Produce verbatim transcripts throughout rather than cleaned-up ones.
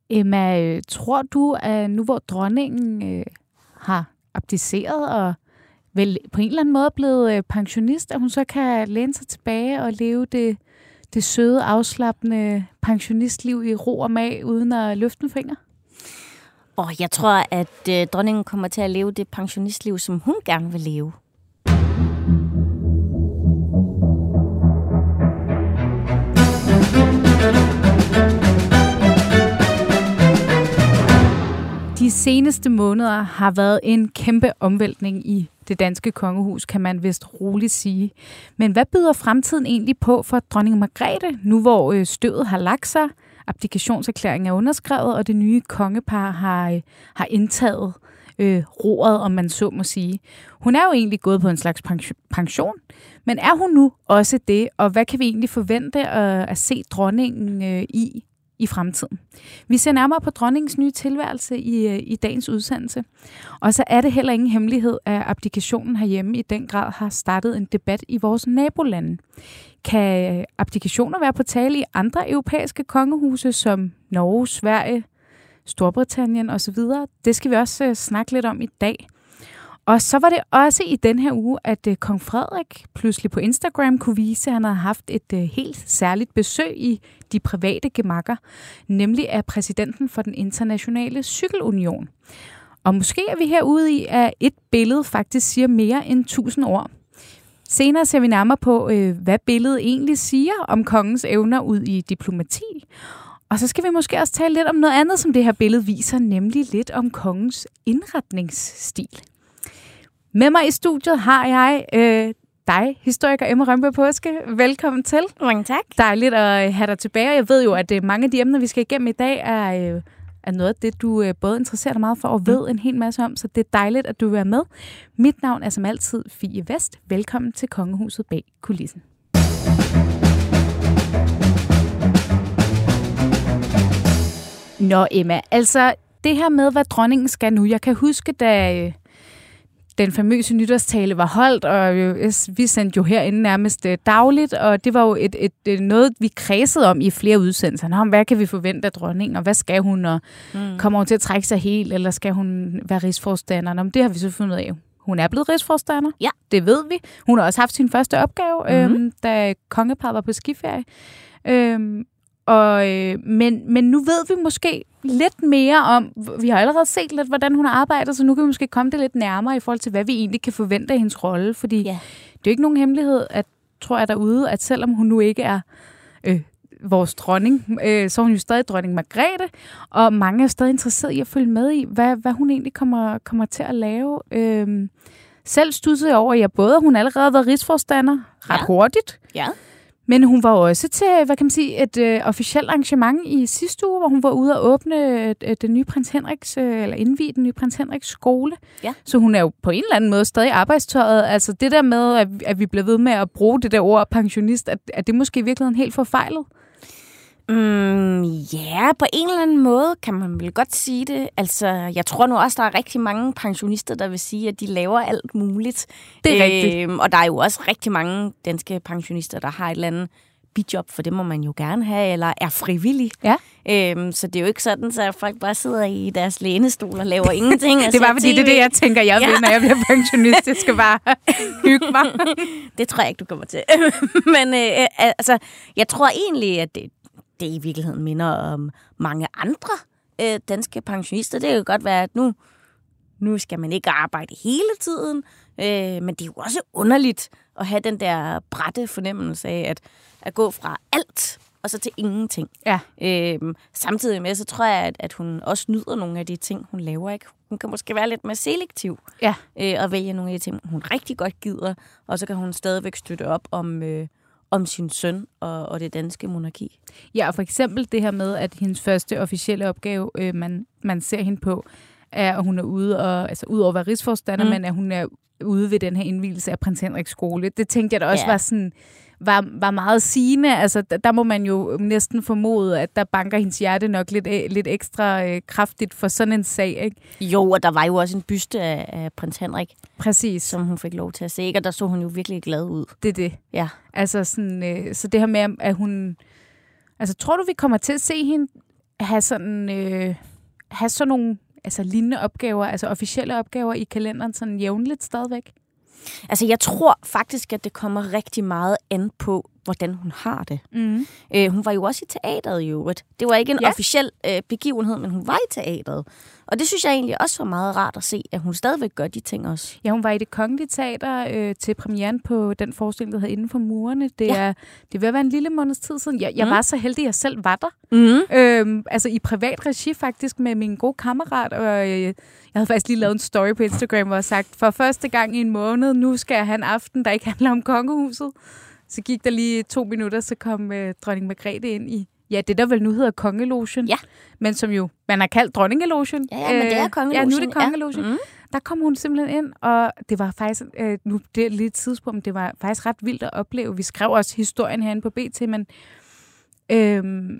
Emma, tror du, at nu hvor dronningen øh, har abdiceret og vel på en eller anden måde blevet pensionist, at hun så kan læne sig tilbage og leve det, det søde, afslappende pensionistliv i ro og mag, uden at løfte en finger? Og jeg tror, at øh, dronningen kommer til at leve det pensionistliv, som hun gerne vil leve. De seneste måneder har været en kæmpe omvæltning i det danske kongehus, kan man vist roligt sige. Men hvad byder fremtiden egentlig på for dronning Margrethe, nu hvor støvet har lagt sig, abdikationserklæringen er underskrevet, og det nye kongepar har, har indtaget øh, roret, om man så må sige. Hun er jo egentlig gået på en slags pension, men er hun nu også det, og hvad kan vi egentlig forvente at, at se dronningen øh, i? i fremtiden. Vi ser nærmere på dronningens nye tilværelse i, i dagens udsendelse. Og så er det heller ingen hemmelighed, at abdikationen herhjemme i den grad har startet en debat i vores nabolande. Kan abdikationer være på tale i andre europæiske kongehuse, som Norge, Sverige, Storbritannien osv.? Det skal vi også snakke lidt om i dag. Og så var det også i den her uge, at uh, kong Frederik pludselig på Instagram kunne vise, at han havde haft et uh, helt særligt besøg i de private gemakker, nemlig af præsidenten for den internationale cykelunion. Og måske er vi herude i, at et billede faktisk siger mere end tusind ord. Senere ser vi nærmere på, uh, hvad billedet egentlig siger om kongens evner ud i diplomati. Og så skal vi måske også tale lidt om noget andet, som det her billede viser, nemlig lidt om kongens indretningsstil. Med mig i studiet har jeg øh, dig, historiker Emma Rønberg Paaske. Velkommen til. Mange tak. Dejligt at have dig tilbage. Jeg ved jo, at øh, mange af de emner, vi skal igennem i dag, er, øh, er noget af det, du øh, både interesserer dig meget for og ved en hel masse om. Så det er dejligt, at du vil være med. Mit navn er som altid Fie Vest. Velkommen til Kongehuset bag kulissen. Nå Emma, altså det her med, hvad dronningen skal nu. Jeg kan huske, da... Øh, Den famøse nytårstale var holdt, og øh, vi sendte jo herinde nærmest øh, dagligt, og det var jo et, et, et, noget, vi kredsede om i flere udsendelser. Nå, hvad kan vi forvente af dronningen, og hvad skal hun, og mm. kommer hun til at trække sig helt, eller skal hun være rigsforstander? Nå, men det har vi så fundet af. Hun er blevet rigsforstander, ja. Det ved vi. Hun har også haft sin første opgave, mm-hmm. øhm, da kongeparret var på skiferie. Øhm, Og, øh, men, men nu ved vi måske lidt mere om, vi har allerede set lidt, hvordan hun har arbejdet, så nu kan vi måske komme det lidt nærmere i forhold til, hvad vi egentlig kan forvente af hendes rolle. Fordi ja. Det er jo ikke nogen hemmelighed, at, tror jeg derude, at selvom hun nu ikke er øh, vores dronning, øh, så er hun jo stadig dronning Margrethe, og mange er stadig interesseret i at følge med i, hvad, hvad hun egentlig kommer, kommer til at lave. Øh, selv studsede jeg over, at jeg både hun allerede har været rigsforstander ret ja. hurtigt, ja. Men hun var også til, hvad kan man sige, et øh, officielt arrangement i sidste uge, hvor hun var ude og åbne øh, den nye prins Henriks, øh, eller indvie den nye prins Henriks skole. Ja. Så hun er jo på en eller anden måde stadig arbejdstøjet. Altså det der med, at, at vi bliver ved med at bruge det der ord pensionist, at, at det måske i virkeligheden helt forfejlet? Mm, ja, på en eller anden måde kan man vel godt sige det. Altså, jeg tror nu også, der er rigtig mange pensionister, der vil sige, at de laver alt muligt. Det er rigtigt. Øhm, og der er jo også rigtig mange danske pensionister, der har et eller andet bijob, for det må man jo gerne have, eller er frivillig. Ja. Øhm, så det er jo ikke sådan, så folk bare sidder i deres lænestol og laver ingenting. Det var fordi, det er det, jeg tænker, jeg vil, ja. Når jeg bliver pensionist. Jeg skal bare hygge mig. Det tror jeg ikke, du kommer til. Men øh, altså, jeg tror egentlig, at det det i virkeligheden minder om mange andre øh, danske pensionister. Det kan jo godt være, at nu, nu skal man ikke arbejde hele tiden, øh, men det er jo også underligt at have den der brætte fornemmelse af at, at gå fra alt og så til ingenting. Ja. Øh, samtidig med, så tror jeg, at, at hun også nyder nogle af de ting, hun laver. Ikke? Hun kan måske være lidt mere selektiv ja. øh, og vælge nogle af de ting, hun rigtig godt gider, og så kan hun stadigvæk støtte op om... Øh, om sin søn og, og det danske monarki. Ja, og for eksempel det her med, at hendes første officielle opgave, øh, man, man ser hende på, er, at hun er ude og, altså ud over at være rigsforstander, mm. men at hun er ude ved den her indvielse af prins Henriks skole. Det tænkte jeg da også ja. var sådan, var, var meget sigende. Altså, der, der må man jo næsten formode, at der banker hendes hjerte nok lidt, lidt ekstra øh, kraftigt for sådan en sag, ikke? Jo, og der var jo også en byste af, af prins Henrik. Præcis. Som hun fik lov til at se, ikke? Og der så hun jo virkelig glad ud. Det er det. Ja. Altså sådan, øh, så det her med, at hun... Altså, tror du, vi kommer til at se hende have sådan, øh, have sådan nogle altså, lignende opgaver, altså officielle opgaver i kalenderen sådan jævnligt stadigvæk? Altså, jeg tror faktisk, at det kommer rigtig meget an på, hvordan hun har det. Mm. Øh, hun var jo også i teateret i øvrigt. Det var ikke en ja. officiel øh, begivenhed, men hun var i teateret. Og det synes jeg egentlig også var meget rart at se, at hun stadigvæk gør de ting også. Ja, hun var i Det Kongelige Teater øh, til premieren på den forestilling, der hedder Inden for murene. Det ja. er det vil være en lille måneds tid siden. Jeg, jeg mm. var så heldig, at jeg selv var der. Mm. Øhm, altså i privat regi faktisk med min gode kammerat. Og øh, jeg havde faktisk lige lavet en story på Instagram, hvor jeg sagt, for første gang i en måned, nu skal jeg have en aften, der ikke handler om kongehuset. Så gik der lige to minutter, så kom øh, dronning Margrethe ind i, ja, det der vel nu hedder Kongelogen, ja. men som jo, man har kaldt Dronningelogen. Ja, ja, men det er Kongelogen. Ja, nu er det Kongelogen. Ja. Mm. Der kom hun simpelthen ind, og det var faktisk, øh, nu det er lidt tidspunkt, det var faktisk ret vildt at opleve. Vi skrev også historien herinde på B T, men øh,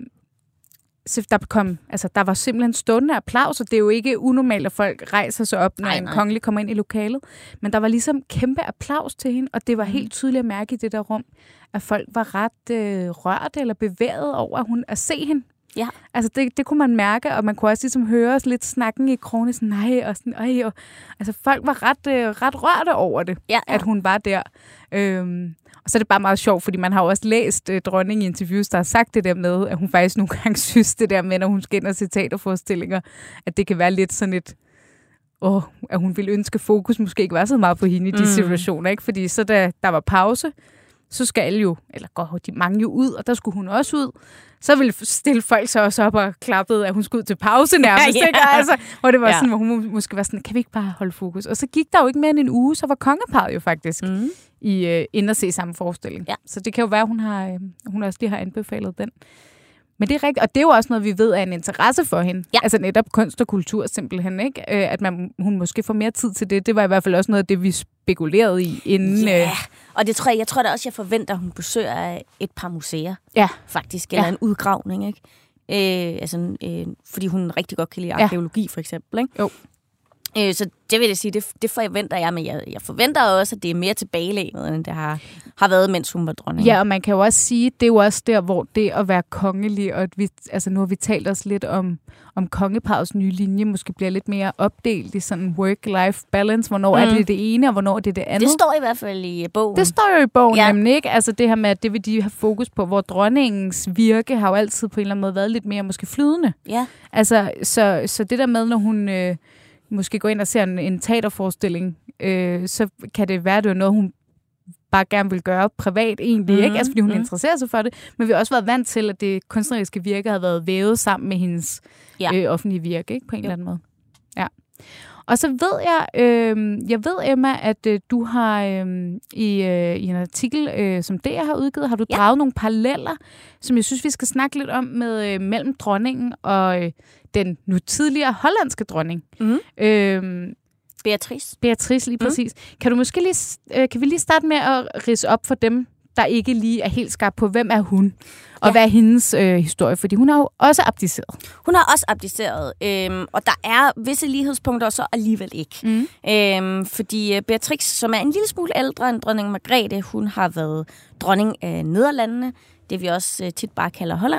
så der kom, altså der var simpelthen stående applaus, og det er jo ikke unormalt, at folk rejser sig op, når nej, en nej. kongelig kommer ind i lokalet. Men der var ligesom kæmpe applaus til hende, og det var helt tydeligt at mærke i det der rum, at folk var ret øh, rørt eller bevæget over at, hun, at se hende. Ja. Altså det, det kunne man mærke, og man kunne også ligesom høre lidt snakken i krone, sådan nej, og sådan, øj, og, altså folk var ret, øh, ret rørte over det, ja, ja. at hun var der. Øhm, og så er det bare meget sjovt, fordi man har jo også læst øh, dronning i interviews, der har sagt det der med, at hun faktisk nogle gange synes det der med, når hun skal ind og se teaterforestillinger, at det kan være lidt sådan et, åh, at hun ville ønske fokus måske ikke var så meget på hende i de mm. situationer, ikke? Fordi så da der var pause, så skal alle jo, eller går de mange jo ud, og der skulle hun også ud. Så ville stille folk så også op og klappede, at hun skulle ud til pause nærmest. ja. Ikke? Altså, hvor det var ja. sådan, hvor hun måske var sådan, kan vi ikke bare holde fokus? Og så gik der jo ikke mere end en uge, så var kongeparret jo faktisk mm. i uh, ind at se samme forestilling. Ja. Så det kan jo være, at hun, har, uh, hun også lige har anbefalet den. Men det er rigtigt, og det er jo også noget, vi ved er en interesse for hende. Ja. Altså netop kunst og kultur simpelthen, ikke? Øh, at man, hun måske får mere tid til det. Det var i hvert fald også noget af det, vi spekulerede i inden. Ja, og det tror jeg, jeg tror da også, jeg forventer, at hun besøger et par museer. Ja. Faktisk, eller ja. en udgravning, ikke? Øh, altså, øh, fordi hun rigtig godt kan lide arkæologi, ja. for eksempel, ikke? Jo. Øh, så det vil jeg sige, det, det forventer jeg, men jeg, jeg forventer også, at det er mere tilbagelænet, end det har, har været, mens hun var dronning. Ja, og man kan jo også sige, det er jo også der, hvor det at være kongelig, og at vi, altså nu har vi talt os lidt om, om kongeparrets nye linje, måske bliver lidt mere opdelt i sådan work-life balance, hvornår mm. er det det ene, og hvornår er det det andet. Det står i hvert fald i bogen. Det står jo i bogen, ja. nemlig, ikke? Altså det her med, at det vil de have fokus på, hvor dronningens virke har jo altid på en eller anden måde været lidt mere måske flydende. Ja. Altså, så, så det der med, når hun øh, måske går ind og ser en, en teaterforestilling, øh, så kan det være, det er noget, hun bare gerne vil gøre privat egentlig, mm. ikke? Altså fordi hun mm. interesserer sig for det, men vi har også været vant til, at det kunstneriske virke har været vævet sammen med hendes ja. øh, offentlige virke, ikke? På en jo. eller anden måde. Ja. Og så ved jeg, øh, jeg ved, Emma, at øh, du har øh, i, øh, i en artikel, øh, som D R har udgivet, har du ja. draget nogle paralleller, som jeg synes, vi skal snakke lidt om med øh, mellem dronningen og øh, den nu tidligere hollandske dronning. Mm. Øh, Beatrice. Beatrice, lige præcis. Mm. Kan du måske lige, øh, kan vi lige starte med at ridse op for dem, der ikke lige er helt skarp på, hvem er hun, og ja. hvad er hendes øh, historie? Fordi hun har jo også abdiceret. Hun har også abdiceret, øhm, og der er visse lighedspunkter, så alligevel ikke. Mm. Øhm, fordi Beatrix, som er en lille smule ældre end dronning Margrethe, hun har været dronning af Nederlandene, det vi også øh, tit bare kalder Holland.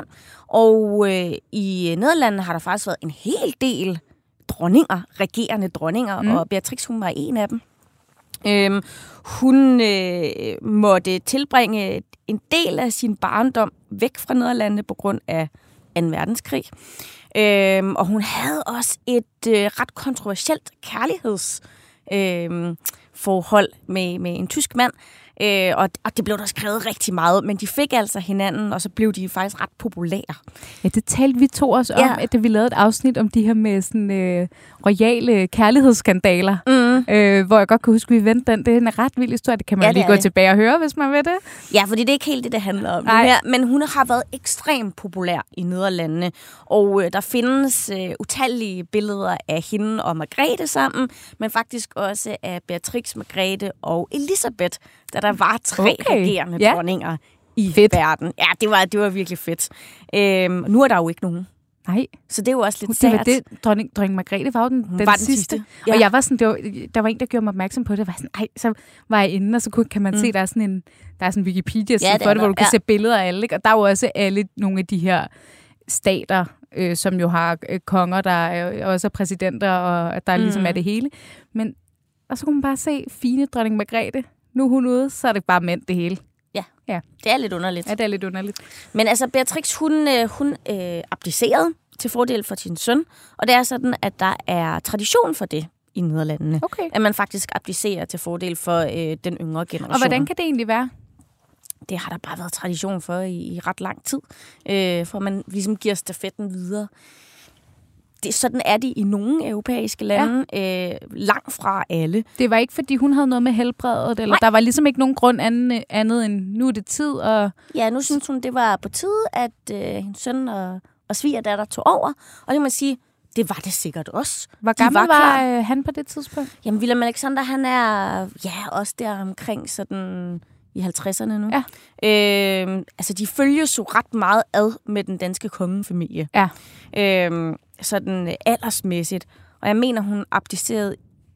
Og øh, i Nederlandene har der faktisk været en hel del dronninger, regerende dronninger, mm. og Beatrix, hun var en af dem. Øhm, hun øh, måtte tilbringe en del af sin barndom væk fra Nederlandene på grund af anden verdenskrig. Øhm, og hun havde også et øh, ret kontroversielt kærlighedsforhold øh, med, med en tysk mand. Øh, og, og det blev der skrevet rigtig meget, men de fik altså hinanden, og så blev de faktisk ret populære. Ja, det talte vi to også om, ja. at vi lavede et afsnit om de her med sådan øh, royale kærlighedsskandaler, mm. øh, hvor jeg godt kan huske, at vi vendte den. Det er en ret vild historie, det kan man ja, lige gå det. tilbage og høre, hvis man vil det. Ja, fordi det er ikke helt det, det handler om. Det her, men hun har været ekstremt populær i Nederlandene, og øh, der findes øh, utallige billeder af hende og Margrethe sammen, men faktisk også af Beatrix, Margrethe og Elisabeth, da der var tre okay. regerende ja. dronninger i fedt. verden. Ja, det var, det var virkelig fedt. Øhm, nu er der jo ikke nogen. Nej. Så det er jo også lidt sært. Det dronning, dronning Margrethe var jo den, den, var den sidste. sidste. Ja. Og jeg var sådan, det var, der var en, der gjorde mig opmærksom på det. Jeg var sådan, ej, så var jeg inde, og så kan man mm. se, der er sådan en, der er sådan en Wikipedia-side ja, for det, hvor du kan ja. se billeder af alle. Ikke? Og der er jo også alle nogle af de her stater, øh, som jo har øh, konger, der er, også er præsidenter, og at der mm. ligesom er det hele. Men, og så kunne man bare se fine dronning Margrethe. Nu er hun ude, så er det bare mænd det hele. Ja, ja. Det er lidt underligt. Ja, det er lidt underligt. Men altså, Beatrix, hun, hun øh, abdicerede til fordel for sin søn, og det er sådan, at der er tradition for det i Nederlandene. Okay. At man faktisk abdicerer til fordel for øh, den yngre generation. Og hvordan kan det egentlig være? Det har der bare været tradition for i, i ret lang tid, øh, for man ligesom giver stafetten videre. Det, sådan er det i nogle europæiske lande, ja. øh, langt fra alle. Det var ikke, fordi hun havde noget med helbredet, eller Nej. Der var ligesom ikke nogen grund anden, andet end, nu er det tid. Og ja, nu synes hun, det var på tide, at øh, hendes søn og, og svigerdatter tog over. Og det må man sige, det var det sikkert også. Hvor gammel var, var øh, han på det tidspunkt? Jamen, Willem Alexander, han er ja også der omkring sådan i halvtredserne nu. Ja. Øh, altså, de følges jo ret meget ad med den danske kongefamilie. Ja. Øh, sådan aldersmæssigt. Og jeg mener, hun abdicerede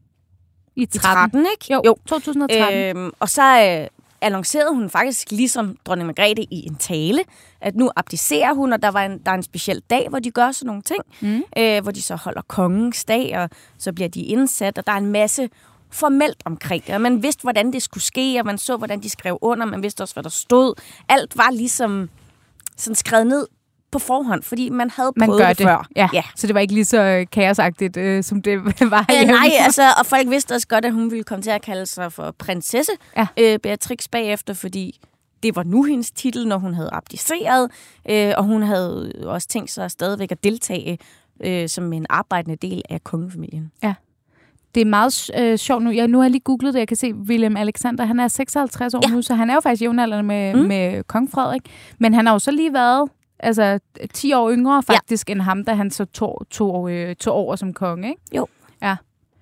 i tretten, i tretten ikke? Jo, jo. to tusind og tretten. Øh, og så øh, annoncerede hun faktisk ligesom dronning Margrethe i en tale, at nu abdicerer hun, og der, var en, der er en speciel dag, hvor de gør sådan nogle ting, mm. øh, hvor de så holder kongens dag, og så bliver de indsat, og der er en masse formelt omkring det. Og man vidste, hvordan det skulle ske, og man så, hvordan de skrev under, man vidste også, hvad der stod. Alt var ligesom sådan skrevet ned på forhånd, fordi man havde man prøvet gør det, det før. Ja. Ja. Så det var ikke lige så kaosagtigt, øh, som det var ja, nej, altså, og folk vidste også godt, at hun ville komme til at kalde sig for prinsesse ja. øh, Beatrix bagefter, fordi det var nu hendes titel, når hun havde abdiceret, øh, og hun havde også tænkt sig stadigvæk at deltage øh, som en arbejdende del af kongefamilien. Ja. Det er meget øh, sjovt nu. Jeg, nu har jeg lige googlet det. Jeg kan se, Willem Alexander, han er seksoghalvtreds år ja. nu, så han er jo faktisk jævnaldrende med, mm. med kong Frederik. Men han har jo så lige været altså, ti år yngre faktisk ja. end ham, da han så tog, tog, øh, tog over som konge, ikke? Jo. Ja.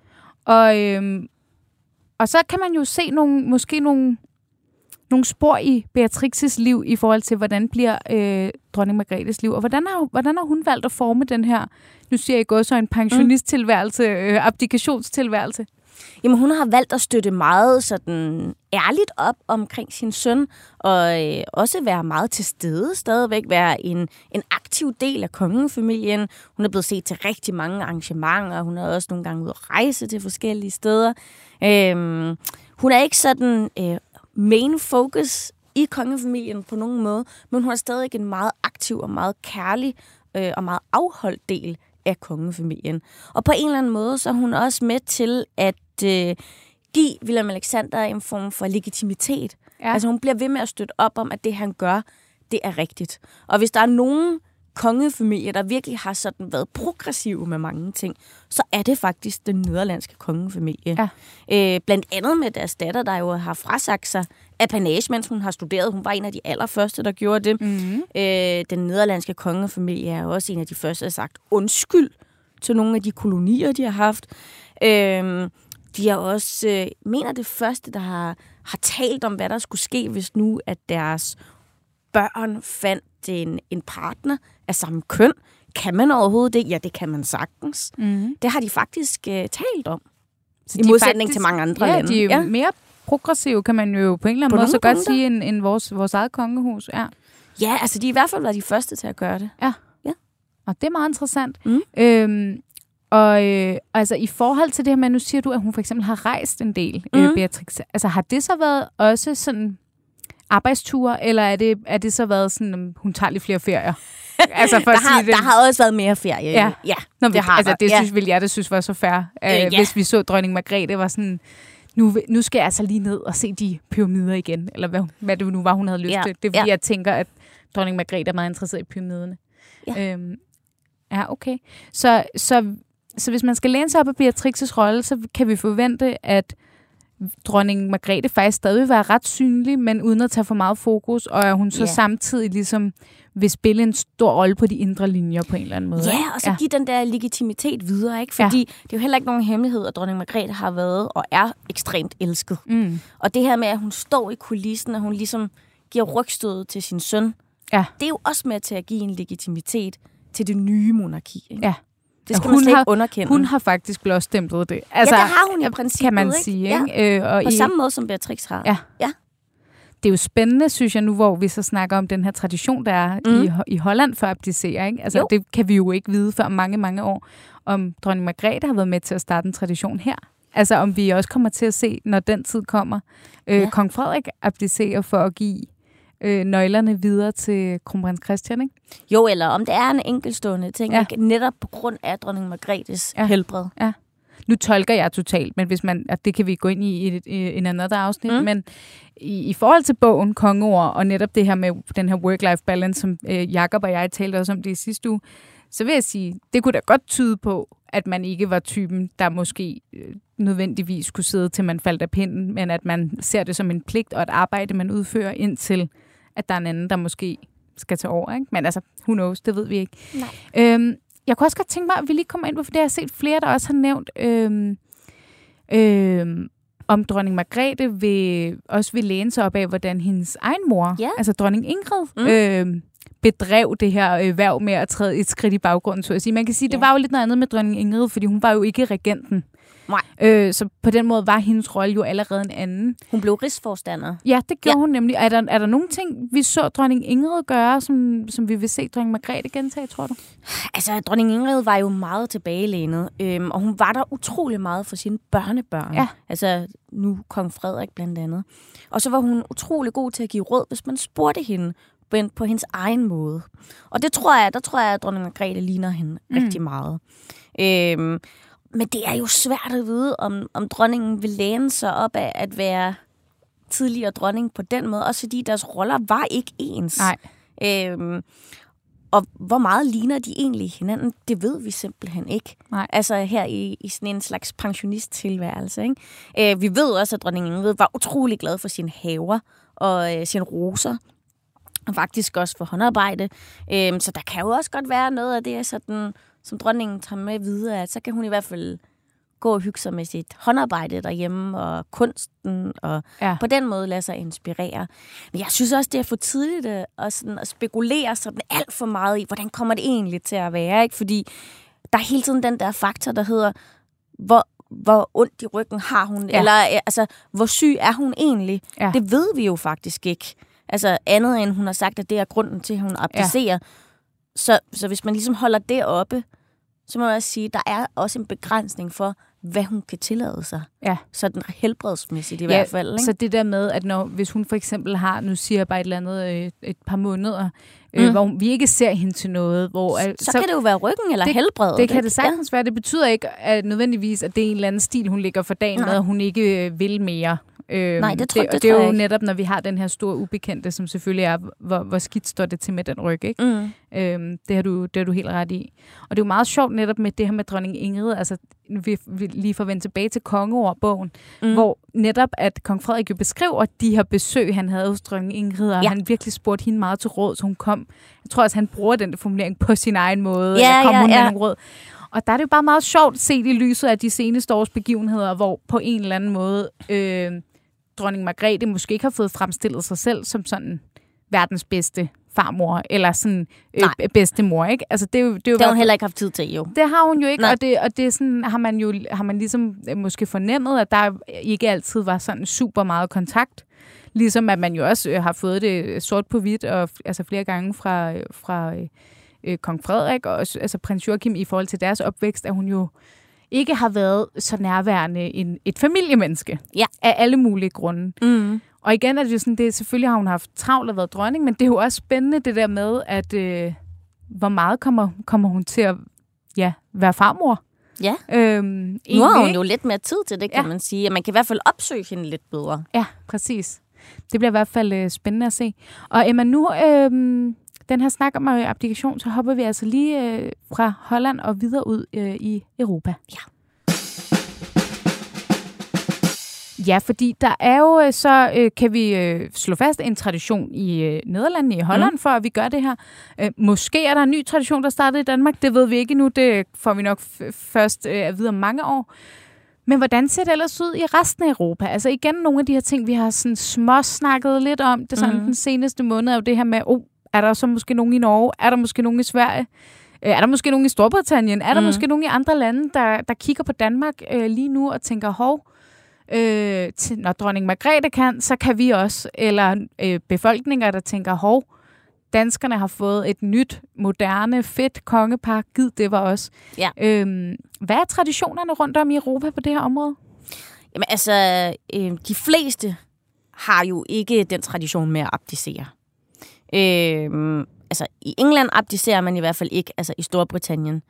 Og, øh, og så kan man jo se nogle, måske nogle, nogle spor i Beatrixes liv i forhold til, hvordan bliver øh, dronning Margrethes liv. Og hvordan har, hvordan har hun valgt at forme den her, nu siger jeg godt så en pensionisttilværelse, øh, abdikationstilværelse? Jamen, hun har valgt at støtte meget sådan ærligt op omkring sin søn, og øh, også være meget til stede, stadigvæk være en, en aktiv del af kongefamilien. Hun er blevet set til rigtig mange arrangementer, hun er også nogle gange ude at rejse til forskellige steder. Øhm, hun er ikke sådan øh, main focus i kongefamilien på nogen måde, men hun er stadig en meget aktiv og meget kærlig øh, og meget afholdt del af kongefamilien. Og på en eller anden måde, så er hun også med til at øh, give Willem Alexander en form for legitimitet. Ja. Altså hun bliver ved med at støtte op om, at det han gør, det er rigtigt. Og hvis der er nogen kongefamilie, der virkelig har sådan været progressive med mange ting, så er det faktisk den nederlandske kongefamilie. Ja. Øh, blandt andet med deres datter, der jo har frasagt sig apanage, mens hun har studeret. Hun var en af de allerførste, der gjorde det. Mm-hmm. Øh, den nederlandske kongefamilie er også en af de første, der har sagt undskyld til nogle af de kolonier, de har haft. Øh, de er også, øh, mener det første, der har, har talt om, hvad der skulle ske, hvis nu, at deres børn fandt en, en partner af samme køn. Kan man overhovedet det? Ja, det kan man sagtens. Mm-hmm. Det har de faktisk øh, talt om. Så I modsætning faktisk, til mange andre ja, lande. De er jo ja, de er mere progressive, kan man jo på en eller anden på måde så godt sige, end, end vores, vores eget kongehus. Ja. ja, altså de er i hvert fald været de første til at gøre det. Ja, ja. Og det er meget interessant. Mm. Øhm, og øh, altså i forhold til det her med, nu siger du, at hun for eksempel har rejst en del, mm. øh, Beatrix. Altså har det så været også sådan arbejdsture, eller er det, er det så været sådan, hun tager lidt flere ferier? Altså for der, at har, sige det. der har også været mere ferie. Ja, ja Nå, det har altså, det ja. synes, ville jeg det synes var så fair. Øh, ja. Hvis vi så dronning Margrethe var sådan, nu, nu skal jeg altså lige ned og se de pyramider igen, eller hvad, hvad det nu var, hun havde lyst ja. til. Det er fordi, ja. jeg tænker, at dronning Margrethe er meget interesseret i pyramiderne. Ja, øhm, ja okay. Så, så, så hvis man skal læne sig op af Beatrixes rolle, så kan vi forvente, at dronning Margrethe faktisk stadig vil være ret synlig, men uden at tage for meget fokus, og at hun så yeah. samtidig ligesom vil spille en stor rolle på de indre linjer på en eller anden måde. Ja, og så ja. give den der legitimitet videre, ikke? Fordi ja. det er jo heller ikke nogen hemmelighed, at dronning Margrethe har været og er ekstremt elsket. Mm. Og det her med, at hun står i kulissen, og hun ligesom giver rygstød til sin søn, ja. det er jo også med til at give en legitimitet til det nye monarki, ikke? Ja. Det skal man slet ikke underkende. Hun har faktisk blåstemplet det. Altså, ja, det har hun i princippet, kan man ikke? sige. Ja. Ikke? Øh, og på i, samme måde, som Beatrix har. Ja. ja. det er jo spændende, synes jeg nu, hvor vi så snakker om den her tradition, der er mm. i, i Holland for at abdicere. Ikke? Altså, det kan vi jo ikke vide før mange, mange år, om dronning Margrethe har været med til at starte en tradition her. Altså, om vi også kommer til at se, når den tid kommer, øh, ja. Kong Frederik abdicerer for at give øh, nøglerne videre til kronprins Christian, ikke? Jo, eller om det er en enkeltstående ting, ja. netop på grund af dronning Margrethes ja. helbred. Ja. Nu tolker jeg totalt, men hvis man, at det kan vi gå ind i i, et, i en anden afsnit, mm. men i, i forhold til bogen Kongeord, og netop det her med den her work-life balance, som øh, Jakob og jeg talte også om det i sidste uge, så vil jeg sige, det kunne da godt tyde på, at man ikke var typen, der måske øh, nødvendigvis skulle sidde til man faldt af pinden, men at man ser det som en pligt og et arbejde, man udfører indtil, at der er en anden, der måske skal tage over. Ikke? Men altså, who knows, det ved vi ikke. Nej. Øhm, Jeg kunne også godt tænke mig, at vi lige kommer ind på, for det har jeg set flere, der også har nævnt, øhm, øhm, om dronning Margrethe vil, også vil læne sig op af, hvordan hendes egen mor, yeah. altså dronning Ingrid, mm. øhm, bedrev det her øh, værv med at træde et skridt i baggrunden, så at sige. Man kan sige, yeah. det var jo lidt noget andet med dronning Ingrid, fordi hun var jo ikke regenten. Nej. Øh, så på den måde var hendes rolle jo allerede en anden. Hun blev rigsforstander. Ja, det gjorde ja. hun nemlig. Er der, er der nogle ting, vi så dronning Ingrid gøre, som, som vi vil se dronning Margrethe gentage, tror du? Altså, dronning Ingrid var jo meget tilbagelænet, øhm, og hun var der utrolig meget for sine børnebørn. Ja. Altså, nu kong Frederik blandt andet. Og så var hun utrolig god til at give råd, hvis man spurgte hende på hendes egen måde. Og det tror jeg, der tror jeg, at dronning Margrethe ligner hende mm. rigtig meget. Øhm, Men det er jo svært at vide, om, om dronningen vil læne sig op af at være tidligere dronning på den måde, også fordi deres roller var ikke ens. Nej. Øhm, og hvor meget ligner de egentlig hinanden, det ved vi simpelthen ikke. Nej. Altså her i, i sådan en slags pensionist-tilværelse. Ikke? Øh, vi ved også, at dronningen Ingrid var utrolig glad for sine haver og øh, sine roser. Og faktisk også for håndarbejde. Øhm, så der kan jo også godt være noget af det, sådan, som dronningen tager med videre, at så kan hun i hvert fald gå og hygge sig med sit håndarbejde derhjemme, og kunsten, og ja. på den måde lade sig inspirere. Men jeg synes også, det er for tidligt at, sådan, at spekulere sådan alt for meget i, hvordan kommer det egentlig til at være, ikke? Fordi der er hele tiden den der faktor, der hedder, hvor, hvor ondt i ryggen har hun, ja. eller altså, hvor syg er hun egentlig? Ja. Det ved vi jo faktisk ikke. Altså andet end hun har sagt, at det er grunden til, at hun abdicerer. Ja. Så, så hvis man ligesom holder det oppe, så må jeg også sige, at der er også en begrænsning for, hvad hun kan tillade sig. Ja. Sådan helbredsmæssigt i ja, hvert fald. Ikke? Så det der med, at når, hvis hun for eksempel har, nu siger jeg bare et eller andet, et, et par måneder, mm. øh, hvor vi ikke ser hende til noget. Hvor, så, så, så kan det jo være ryggen eller det, helbredet. Det kan det sagtens ja. være. Det betyder ikke at nødvendigvis, at det er en eller anden stil, hun ligger for dagen med, at hun ikke øh, vil mere. Øhm, Nej, det tror, det, det, det er tror jo jeg netop, når vi har den her store ubekendte, som selvfølgelig er, hvor, hvor skidt står det til med den ryg, ikke? Mm. Øhm, det, har du, det har du helt ret i. Og det er jo meget sjovt netop med det her med dronning Ingrid, altså vi, vi lige får vendt tilbage til Kongeord-bogen, mm. hvor netop at kong Frederik jo beskriver de her besøg, han havde hos dronning Ingrid, og ja. han virkelig spurgte hende meget til råd, så hun kom. Jeg tror også, han bruger den formulering på sin egen måde, ja, eller kom ja, hun ja. med nogle råd. Og der er det jo bare meget sjovt set i lyset af de seneste års begivenheder, hvor på en eller anden måde øh, dronning Margrethe måske ikke har fået fremstillet sig selv som sådan verdens bedste farmor, eller sådan øh, bedstemor, ikke? Altså, det, er jo, det, er jo det har hun heller ikke haft tid til, jo. Det har hun jo ikke, og det, og det er sådan, har man jo har man ligesom måske fornemmet, at der ikke altid var sådan super meget kontakt. Ligesom at man jo også øh, har fået det sort på hvidt, og altså flere gange fra, fra øh, kong Frederik, og også, altså prins Joachim i forhold til deres opvækst, at hun jo ikke har været så nærværende en, et familiemenneske. Ja. Af alle mulige grunde. Mm. Og igen er det jo sådan, det, selvfølgelig har hun haft travlt og været dronning, men det er jo også spændende det der med, at øh, hvor meget kommer, kommer hun til at ja, være farmor. Ja. Øhm, nu har hun jo lidt mere tid til det, kan ja. man sige. Man kan i hvert fald opsøge hende lidt bedre. Ja, præcis. Det bliver i hvert fald øh, spændende at se. Og Emma, nu øh, den her snak om øh, abdikation, så hopper vi altså lige øh, fra Holland og videre ud øh, i Europa. Ja. Ja, fordi der er jo så, øh, kan vi øh, slå fast, en tradition i øh, Nederlandene, i Holland, mm. for at vi gør det her. Øh, måske er der en ny tradition, der startede i Danmark. Det ved vi ikke nu. Det får vi nok f- først øh, at vide om mange år. Men hvordan ser det ellers ud i resten af Europa? Altså igen, nogle af de her ting, vi har sådan småsnakket lidt om, det er sådan mm. den seneste måned, er jo det her med, oh, er der så måske nogen i Norge? Er der måske nogen i Sverige? Er der måske nogen i Storbritannien? Er der mm. måske nogen i andre lande, der, der kigger på Danmark øh, lige nu og tænker, hov, øh, til, når dronning Margrethe kan, så kan vi også. Eller øh, befolkninger, der tænker, hov, danskerne har fået et nyt, moderne, fedt kongepar. Gid, det var os. Ja. Øhm, hvad er traditionerne rundt om i Europa på det her område? Jamen altså, øh, de fleste har jo ikke den tradition med at abdicere. Øh, altså, i England abdicerer man i hvert fald ikke, altså i Storbritannien.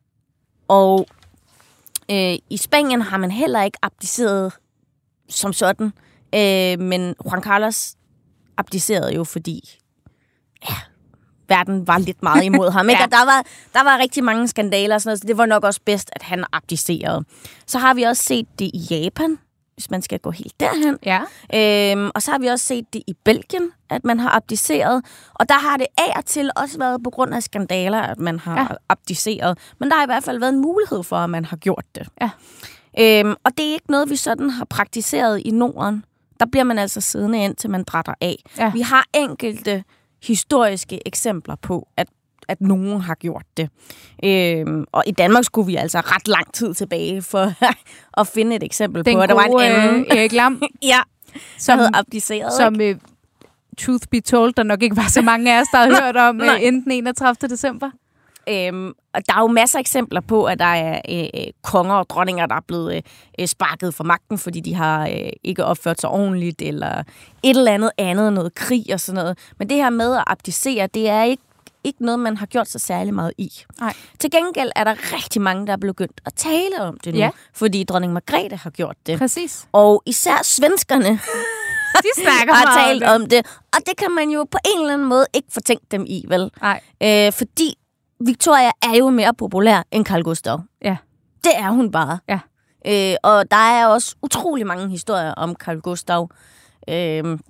Og øh, i Spanien har man heller ikke abdiceret som sådan. Øh, men Juan Carlos abdicerede jo, fordi ja, verden var lidt meget imod ham. Ikke? Ja. Og der var, der var rigtig mange skandaler og sådan noget, så det var nok også bedst, at han abdicerede. Så har vi også set det i Japan, hvis man skal gå helt derhen. Ja. Øhm, og så har vi også set det i Belgien, at man har abdiceret. Og der har det af og til også været på grund af skandaler, at man har ja. abdiceret. Men der har i hvert fald været en mulighed for, at man har gjort det. Ja. Øhm, og det er ikke noget, vi sådan har praktiseret i Norden. Der bliver man altså siddende ind, til man drætter af. Ja. Vi har enkelte historiske eksempler på, at at nogen har gjort det. Øhm, og i Danmark skulle vi altså ret lang tid tilbage for at finde et eksempel Den på, at der var en anden. Øh, Erik Lam, ja, som havde abdiceret. Som, øh, truth be told, der nok ikke var så mange af os, der har hørt om øh, inden den enogtredivte december. Øhm, og der er jo masser af eksempler på, at der er øh, konger og dronninger, der er blevet øh, sparket for magten, fordi de har øh, ikke opført sig ordentligt, eller et eller andet andet, noget krig og sådan noget. Men det her med at abdicere, det er ikke ikke noget, man har gjort så særlig meget i. Nej. Til gengæld er der rigtig mange, der er begyndt at tale om det nu, ja. fordi dronning Margrethe har gjort det. Præcis. Og især svenskerne de snakker har talt om det. Og det kan man jo på en eller anden måde ikke fortænke dem i, vel? Nej. Øh, fordi Victoria er jo mere populær end Carl Gustaf. Ja. Det er hun bare. Ja. Øh, og der er også utrolig mange historier om Carl Gustaf. Øh,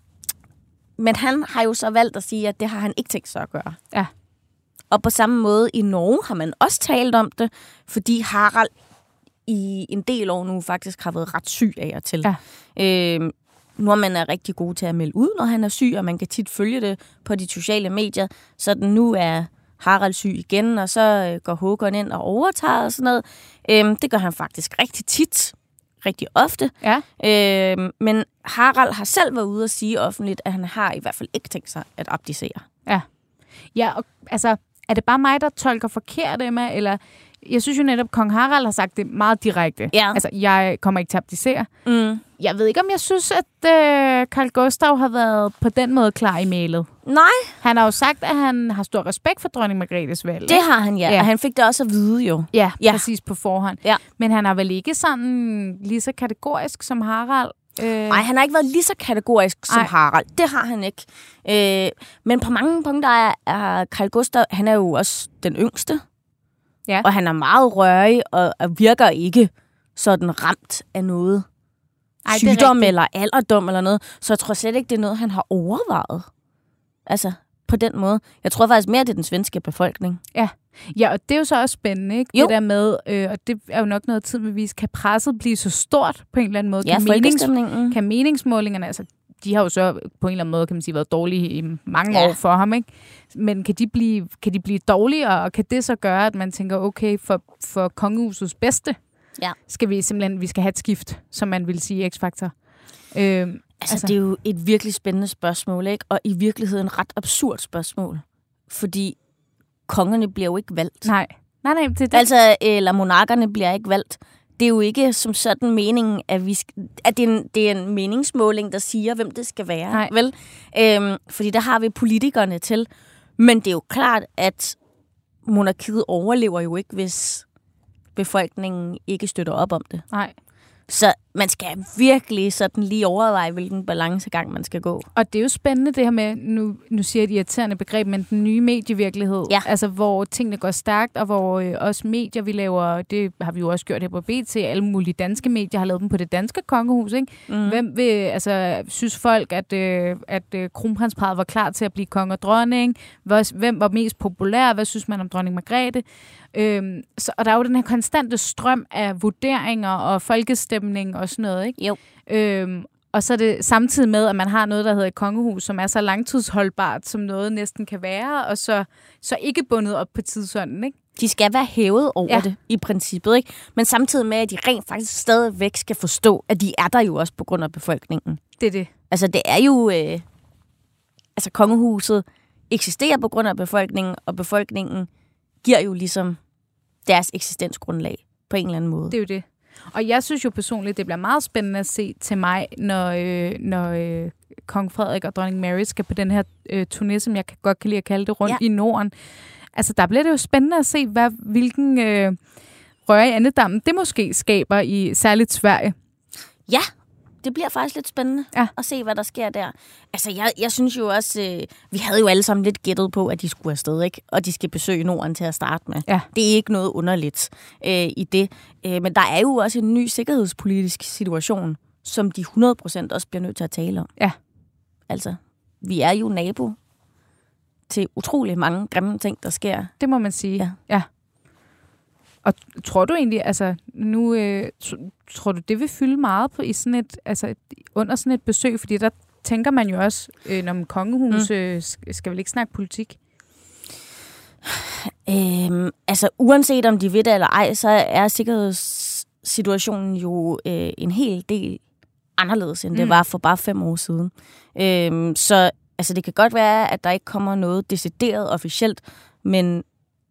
Men han har jo så valgt at sige, at det har han ikke tænkt sig at gøre. Ja. Og på samme måde i Norge har man også talt om det, fordi Harald i en del år nu faktisk har været ret syg af og til. Ja. Øh, nordmænd er rigtig gode til at melde ud, når han er syg, og man kan tit følge det på de sociale medier. Så den nu er Harald syg igen, og så går Håkon ind og overtager og sådan noget. Øh, det gør han faktisk rigtig tit. Rigtig ofte. Ja. Øh, men Harald har selv været ude og sige offentligt, at han har i hvert fald ikke tænkt sig at abdicere. Ja. Ja, og altså, er det bare mig, der tolker forkert, Emma? Eller, jeg synes jo netop, kong Harald har sagt det meget direkte. Ja. Altså, jeg kommer ikke til at abdicere. Mm. Jeg ved ikke, om jeg synes, at øh, Carl Gustaf har været på den måde klar i mailet. Nej. Han har jo sagt, at han har stor respekt for dronning Margrethes valg. Det har han, ja. ja. Og han fik det også at vide, jo. Ja, ja. Præcis på forhånd. Ja. Men han har vel ikke sådan lige så kategorisk som Harald? Øh... Nej, han har ikke været lige så kategorisk som Ej. Harald. Det har han ikke. Øh, men på mange punkter er, er Carl Gustaf, han er jo også den yngste. Ja. Og han er meget rørig og, og virker ikke sådan ramt af noget. Ej, sygdom eller alderdom eller noget. Så jeg tror slet ikke, det er noget, han har overvejet. Altså, på den måde. Jeg tror faktisk mere, det er den svenske befolkning. Ja, ja, og det er jo så også spændende, ikke? Jo. Det der med, øh, og det er jo nok noget tid med at vise, kan presset blive så stort på en eller anden måde? Ja, kan, menings- kan meningsmålingerne, altså de har jo så på en eller anden måde, kan man sige, været dårlige i mange ja. år for ham, ikke? Men kan de blive, kan de blive dårligere, og kan det så gøre, at man tænker, okay, for, for kongehusets bedste, ja. skal vi simpelthen, vi skal have et skift, som man vil sige i X-Factor. Øh, Altså, altså, det er jo et virkelig spændende spørgsmål, ikke? Og i virkeligheden et ret absurd spørgsmål. Fordi kongerne bliver jo ikke valgt. Nej. Nej, nej, det er det. Altså, eller monarkerne bliver ikke valgt. Det er jo ikke som sådan meningen, at, vi skal, at det, er en, det er en meningsmåling, der siger, hvem det skal være. Nej. Vel? Øhm, fordi der har vi politikerne til. Men det er jo klart, at monarkiet overlever jo ikke, hvis befolkningen ikke støtter op om det. Nej. Så man skal virkelig sådan lige overveje, hvilken balancegang man skal gå. Og det er jo spændende det her med, nu, nu siger jeg et irriterende begreb, men den nye medievirkelighed. Ja. Altså hvor tingene går stærkt, og hvor øh, også medier, vi laver, det har vi jo også gjort her på B T, alle mulige danske medier har lavet dem på det danske kongehus, ikke? Mm. Hvem vil, altså, synes folk, at, øh, at øh, kronprinsparret var klar til at blive konge og dronning? Hvem var mest populær? Hvad synes man om dronning Margrethe? Øhm, så, og der er jo den her konstante strøm af vurderinger og folkestemning og sådan noget, ikke? Jo. Øhm, og så er det samtidig med, at man har noget, der hedder et kongehus, som er så langtidsholdbart, som noget næsten kan være, og så, så ikke bundet op på tidsånden, ikke? De skal være hævet over ja. det, i princippet, ikke? Men samtidig med, at de rent faktisk stadigvæk skal forstå, at de er der jo også på grund af befolkningen. Det er det. Altså, det er jo... Øh, altså, kongehuset eksisterer på grund af befolkningen, og befolkningen giver jo ligesom deres eksistensgrundlag på en eller anden måde. Det er jo det. Og jeg synes jo personligt, det bliver meget spændende at se til mig, når, øh, når øh, kong Frederik og dronning Mary skal på den her øh, turné, som jeg godt kan lide at kalde det, rundt ja. i Norden. Altså, der bliver det jo spændende at se, hvad, hvilken øh, røre i andedammen det måske skaber i særligt Sverige. Ja, det bliver faktisk lidt spændende ja. at se, hvad der sker der. Altså, jeg, jeg synes jo også, øh, vi havde jo alle sammen lidt gættet på, at de skulle afsted, ikke? Og de skal besøge Norden til at starte med. Ja. Det er ikke noget underligt øh, i det. Øh, men der er jo også en ny sikkerhedspolitisk situation, som de hundrede procent også bliver nødt til at tale om. Ja. Altså, vi er jo nabo til utrolig mange grimme ting, der sker. Det må man sige. Ja. ja. Og tror du egentlig, altså nu, øh, tror du, det vil fylde meget på i sådan et, altså under sådan et besøg? Fordi der tænker man jo også, øh, når man kongehus, mm. øh, skal vel ikke snakke politik? Øhm, altså uanset om de ved det eller ej, så er sikkerhedssituationen jo øh, en hel del anderledes, end mm. det var for bare fem år siden. Øhm, så altså, det kan godt være, at der ikke kommer noget decideret officielt, men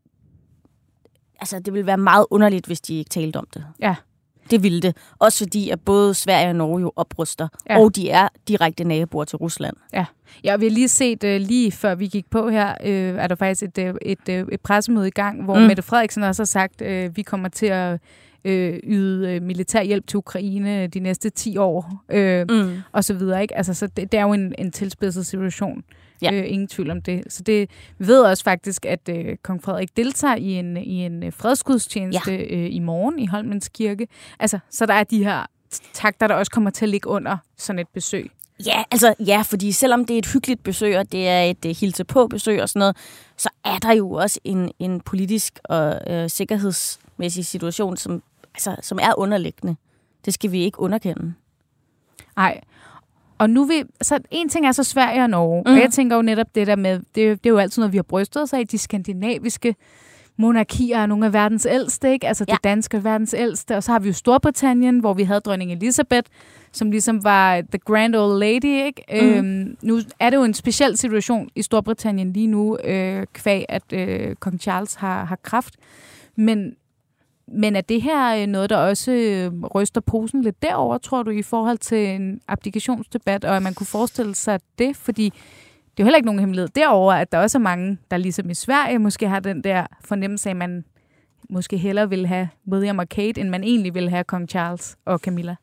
altså, det ville være meget underligt, hvis de ikke talte om det. Ja. Det ville det. Også fordi, at både Sverige og Norge jo opruster, ja. og de er direkte naboer til Rusland. Ja, ja, vi har lige set, uh, lige før vi gik på her, uh, er der faktisk et, uh, et, uh, et pressemøde i gang, hvor mm. Mette Frederiksen også har sagt, at uh, vi kommer til at uh, yde uh, militær hjælp til Ukraine de næste ti år, uh, mm. og så videre, ikke? Altså, så det, det er jo en, en tilspidset situation. Ja. Øh, ingen tvivl om det. Så det, vi ved også faktisk, at øh, kong Frederik deltager i en, i en fredsgudstjeneste ja. øh, i morgen i Holmens Kirke. Altså, så der er de her takter, der også kommer til at ligge under sådan et besøg. Ja, altså ja, fordi selvom det er et hyggeligt besøg, og det er et uh, hilse på besøg og sådan noget, så er der jo også en, en politisk og øh, sikkerhedsmæssig situation, som, altså, som er underliggende. Det skal vi ikke underkende. Nej. Og nu vil, så en ting er så Sverige og Norge, mm. og jeg tænker jo netop det der med, det, det er jo altid noget, vi har brystet os af, de skandinaviske monarkier er nogle af verdens ældste, ikke? Altså ja. det danske er verdens ældste, og så har vi jo Storbritannien, hvor vi havde dronning Elizabeth, som ligesom var the grand old lady, ikke? Mm. Øhm, nu er det jo en speciel situation i Storbritannien lige nu, øh, kvæg at øh, kong Charles har, har kræft, men Men er det her noget, der også ryster posen lidt derover, tror du, i forhold til en abdikationsdebat, og at man kunne forestille sig det? Fordi det er jo heller ikke nogen hemmelighed derover, at der også er mange, der ligesom i Sverige måske har den der fornemmelse af, at man måske hellere vil have William og Kate, end man egentlig vil have kong Charles og Camilla.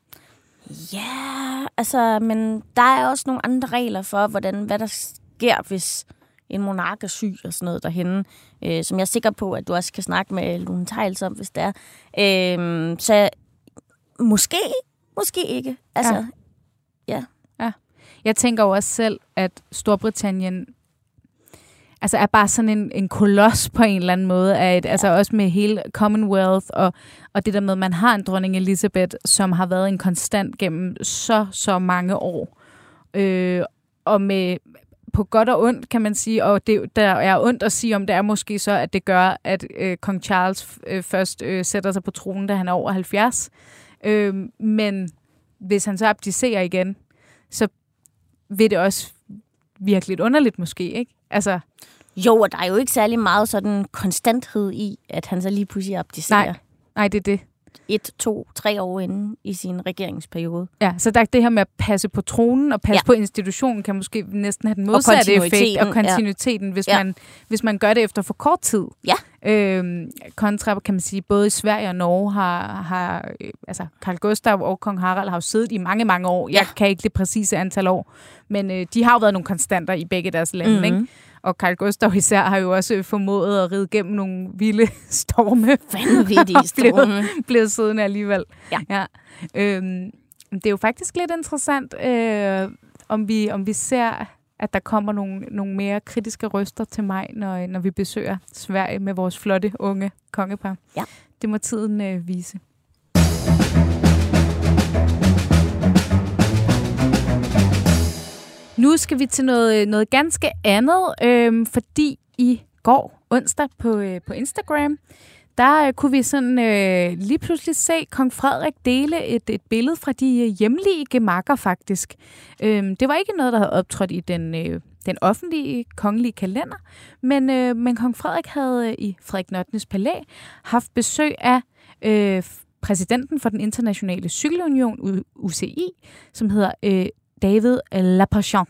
Ja, altså, men der er også nogle andre regler for, hvordan, hvad der sker, hvis en monark er syg og sådan noget derhenne, øh, som jeg er sikker på, at du også kan snakke med Lone Theils om, hvis det er. Øh, så måske, måske ikke. Altså, ja. ja. ja. Jeg tænker jo også selv, at Storbritannien altså er bare sådan en, en koloss på en eller anden måde, af et, ja. altså også med hele Commonwealth, og, og det der med, at man har en dronning Elizabeth, som har været en konstant gennem så, så mange år. Øh, og med på godt og ondt, kan man sige, og det, der er ondt at sige om, det er måske så, at det gør, at øh, kong Charles øh, først øh, sætter sig på tronen, da han er over halvfjerds. Øh, men hvis han så abdicerer igen, så vil det også virkelig underligt måske, ikke? Altså, jo, og der er jo ikke særlig meget sådan konstanthed i, at han så lige pludselig abdicerer. Nej, nej, det er det. Et, to, tre år inden i sin regeringsperiode. Ja, så der, det her med at passe på tronen og passe ja. på institutionen kan måske næsten have den modsatte og effekt, og kontinuiteten, ja. hvis, ja. man, hvis man gør det efter for kort tid. Ja. Øhm, kontra, kan man sige, både i Sverige og Norge har, har altså Carl Gustaf og kong Harald har jo siddet i mange, mange år. Jeg ja. kan ikke det præcise antal år, men øh, de har jo været nogle konstanter i begge deres lande, mm-hmm. ikke? Og Carl Gustaf især har jo også formået at ride gennem nogle vilde storme. Vanvittige storme. blevet, blevet siddende alligevel. Ja. Ja. Øhm, det er jo faktisk lidt interessant, øh, om, vi, om vi ser, at der kommer nogle, nogle mere kritiske røster til mig, når, når vi besøger Sverige med vores flotte, unge kongepar. Ja. Det må tiden øh, vise. Nu skal vi til noget, noget ganske andet, øh, fordi i går onsdag på, øh, på Instagram, der øh, kunne vi sådan øh, lige pludselig se kong Frederik dele et, et billede fra de øh, hjemlige gemakker faktisk. Øhm, det var ikke noget, der havde optrådt i den, øh, den offentlige kongelige kalender, men, øh, men kong Frederik havde øh, i Frederik den ottendes palæ haft besøg af øh, præsidenten for den internationale cykelunion, U C I, som hedder øh, David Lapachon.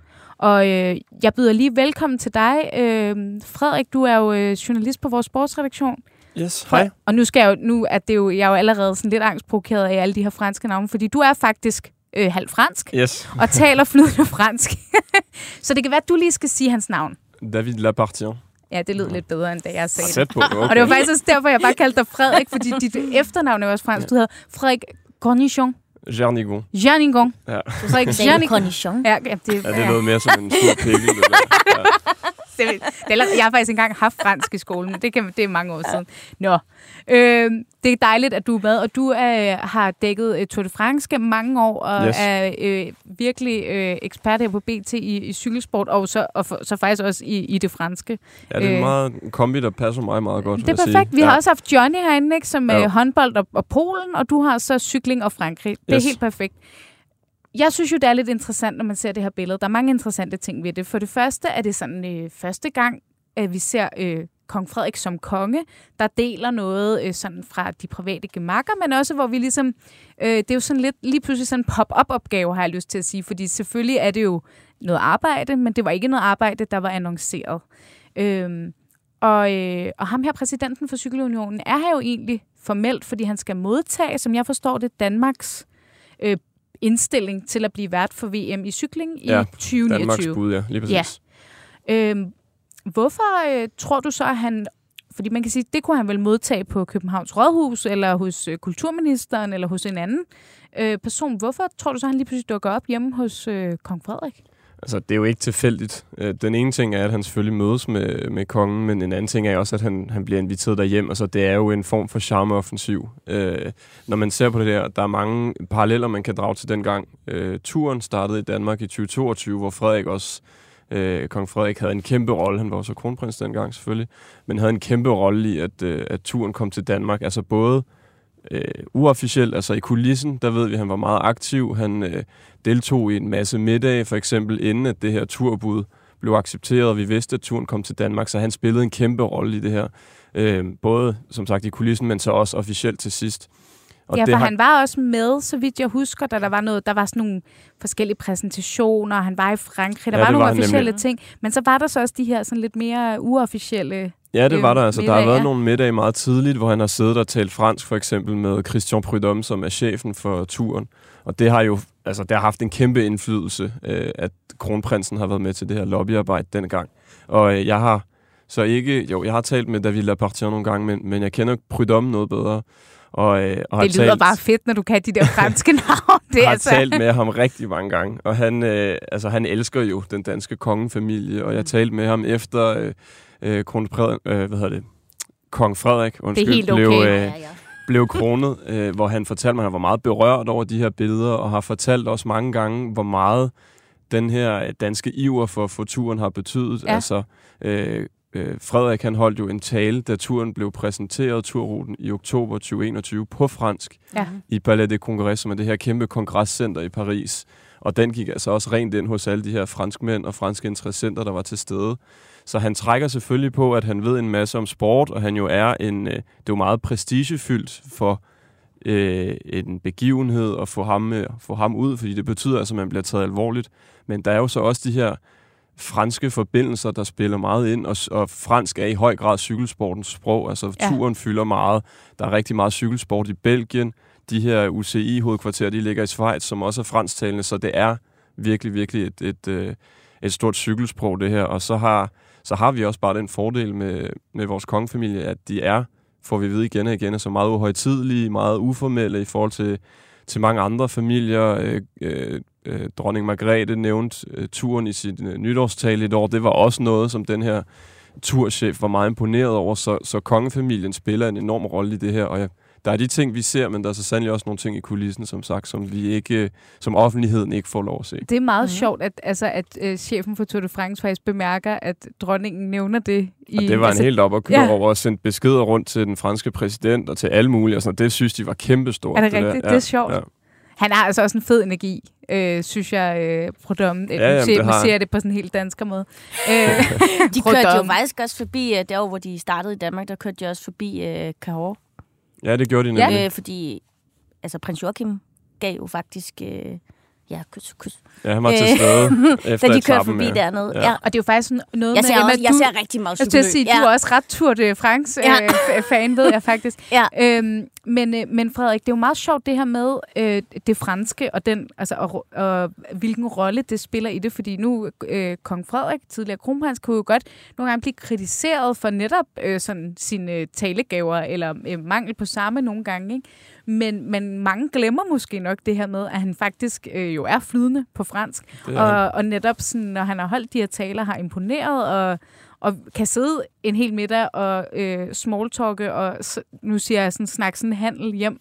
Og øh, jeg byder lige velkommen til dig. Øh, Frederik, du er jo øh, journalist på vores sportsredaktion. Yes, hej. Og nu skal jeg jo, nu er det jo, jeg er jo allerede sådan lidt angstprovokeret af alle de her franske navne, fordi du er faktisk øh, halv fransk yes. og taler flydende fransk. Så det kan være, at du lige skal sige hans navn. David Lapachon. Ja, det lød lidt bedre, end da jeg sagde Sæt det. på, okay. Og det var faktisk også derfor, jeg bare kaldte dig Frederik, fordi dit efternavn er også fransk. Du hedder Frederik Cornichon. Jernigon. Jernigon. Ja. Frederik Cornichon. Ja, det, ja, det er noget mere som en sur pikkel. Det der. Ja. Det, det, jeg har faktisk engang haft fransk i skolen, men det, kan, det er mange år siden. Nå, øh, det er dejligt, at du er med, og du er, har dækket Tour de France gennem mange år, og yes. er øh, virkelig øh, ekspert her på B T i, i cykelsport, og, så, og for, så faktisk også i, i det franske. Ja, det er en meget kombi, der passer mig meget godt. Det er perfekt. Sige. Vi har ja. også haft Johnny herinde, ikke, som ja. øh, håndbold og, og Polen, og du har så cykling og Frankrig. Det yes. er helt perfekt. Jeg synes jo, det er lidt interessant, når man ser det her billede. Der er mange interessante ting ved det. For det første er det sådan øh, første gang, at vi ser øh, kong Frederik som konge, der deler noget øh, sådan fra de private gemakker, men også hvor vi ligesom, øh, det er jo sådan lidt lige pludselig sådan en pop-up-opgave, har jeg lyst til at sige, fordi selvfølgelig er det jo noget arbejde, men det var ikke noget arbejde, der var annonceret. Øhm, og, øh, og ham her, præsidenten for Cykelunionen, er her jo egentlig formelt, fordi han skal modtage, som jeg forstår det, Danmarks øh, indstilling til at blive vært for V M i cykling ja, i tyve niogtyve. Danmarks bud, ja, lige præcis. Ja. Øhm, hvorfor øh, tror du så, at han... Fordi man kan sige, det kunne han vel modtage på Københavns Rådhus, eller hos øh, kulturministeren, eller hos en anden øh, person. Hvorfor tror du så, at han lige pludselig dukker op hjemme hos øh, kong Frederik? Altså, det er jo ikke tilfældigt. Den ene ting er, at han selvfølgelig mødes med, med kongen, men en anden ting er også, at han, han bliver inviteret derhjem. Altså, det er jo en form for charmeoffensiv. Øh, når man ser på det der, der er mange paralleller, man kan drage til dengang. Øh, turen startede i Danmark i tyve toogtyve, hvor Frederik også, øh, kong Frederik havde en kæmpe rolle. Han var også kronprins dengang selvfølgelig, men havde en kæmpe rolle i, at, øh, at turen kom til Danmark. Altså både øh, uofficielt, altså i kulissen, der ved vi, at han var meget aktiv. Han øh, deltog i en masse middage, for eksempel inden at det her turbud blev accepteret, og vi vidste, at turen kom til Danmark, så han spillede en kæmpe rolle i det her. Øh, både, som sagt, i kulissen, men så også officielt til sidst. Og ja, for han var også med, så vidt jeg husker, da der var noget, der var sådan nogle forskellige præsentationer, han var i Frankrig, der ja, var nogle var officielle nemlig. ting, men så var der så også de her sådan lidt mere uofficielle. Ja, det var der. Altså, der har været nogle middage meget tidligt, hvor han har siddet og talt fransk, for eksempel med Christian Prudhomme, som er chefen for turen. Og det har jo altså, det har haft en kæmpe indflydelse, øh, at kronprinsen har været med til det her lobbyarbejde dengang. Og øh, jeg har så ikke, jo, jeg har talt med David Lapachon nogle gange, men, men jeg kender Prudhomme noget bedre. Og, øh, og det lyder talt, bare fedt, når du kan de der franske navn. Jeg har altså. talt med ham rigtig mange gange, og han, øh, altså, han elsker jo den danske kongefamilie, og jeg talte med ham efter øh, øh, kronpræd, øh, hvad hedder det, kong Frederik, undskyld, det er helt okay. blev, øh, ja, ja. blev kronet, øh, hvor han fortalte mig, at han var meget berørt over de her billeder, og har fortalt også mange gange, hvor meget den her danske iver for, for turen har betydet. Ja. Altså, øh, øh, Frederik han holdt jo en tale, da turen blev præsenteret, turruten i oktober tyve enogtyve på fransk, ja. i Palais des Congrès, som er det her kæmpe kongresscenter i Paris. Og den gik altså også rent ind hos alle de her franskmænd og franske interessenter, der var til stede. Så han trækker selvfølgelig på, at han ved en masse om sport, og han jo er en, øh, det er jo meget prestigefyldt for øh, en begivenhed at få ham, øh, få ham ud, fordi det betyder altså, at man bliver taget alvorligt. Men der er jo så også de her franske forbindelser, der spiller meget ind, og, og fransk er i høj grad cykelsportens sprog. Altså ja. turen fylder meget. Der er rigtig meget cykelsport i Belgien. De her U C I-hovedkvarterer, de ligger i Schweiz, som også er fransktalende, så det er virkelig, virkelig et, et, et, et stort cykelsprog, det her. Og så har, så har vi også bare den fordel med, med vores kongefamilie, at de er, får vi vide igen og igen, så meget uhøjtidelige, meget uformelle i forhold til, til mange andre familier. Øh, øh, øh, dronning Margrethe nævnte øh, turen i sin øh, nytårstale et år. Det var også noget, som den her turchef var meget imponeret over, så, så kongefamilien spiller en enorm rolle i det her, og jeg der er de ting, vi ser, men der er så sandelig også nogle ting i kulissen, som sagt, som vi ikke, som offentligheden ikke får lov at se. Det er meget mm. sjovt, at, altså, at uh, chefen for Tour de France faktisk bemærker, at dronningen nævner det. I, og det var altså, en helt op at køre ja. over og sendt beskeder rundt til den franske præsident og til alle mulige, og sådan, det synes de var kæmpestort. Er det, det rigtigt? Der. Det er sjovt. Ja. Han har altså også en fed energi, øh, synes jeg, øh, Prudhomme. Ja, jamen, nu ser, det ser det på sådan en helt dansker måde. Øh, de kørte jo faktisk også forbi, uh, der hvor de startede i Danmark, der kørte de også forbi uh, Cahors. Ja, det gjorde de nemlig. Ja, øh, fordi altså, prins Joachim gav jo faktisk... Øh, Ja, kys, kys. Ja, han var til stede efter da de etappen, kørte forbi ja. dernede. Ja. Ja. Og det er jo faktisk noget jeg med... Ser Emma, også, du, jeg ser rigtig meget cykeløb. Jeg sige, ja. du er også ret Tour de France ja. øh, fan, ved jeg faktisk. ja. øhm, men, øh, men Frederik, det er jo meget sjovt det her med øh, det franske, og, den, altså, og, og hvilken rolle det spiller i det. Fordi nu, øh, kong Frederik, tidligere kronprins, kunne jo godt nogle gange blive kritiseret for netop øh, sådan, sine talegaver, eller øh, mangel på samme nogle gange, ikke? Men, men mange glemmer måske nok det her med, at han faktisk øh, jo er flydende på fransk. Og, og netop sådan, når han har holdt de her taler, har imponeret og, og kan sidde en hel middag og øh, smalltalke og nu siger jeg sådan, snakke sådan handel hjem.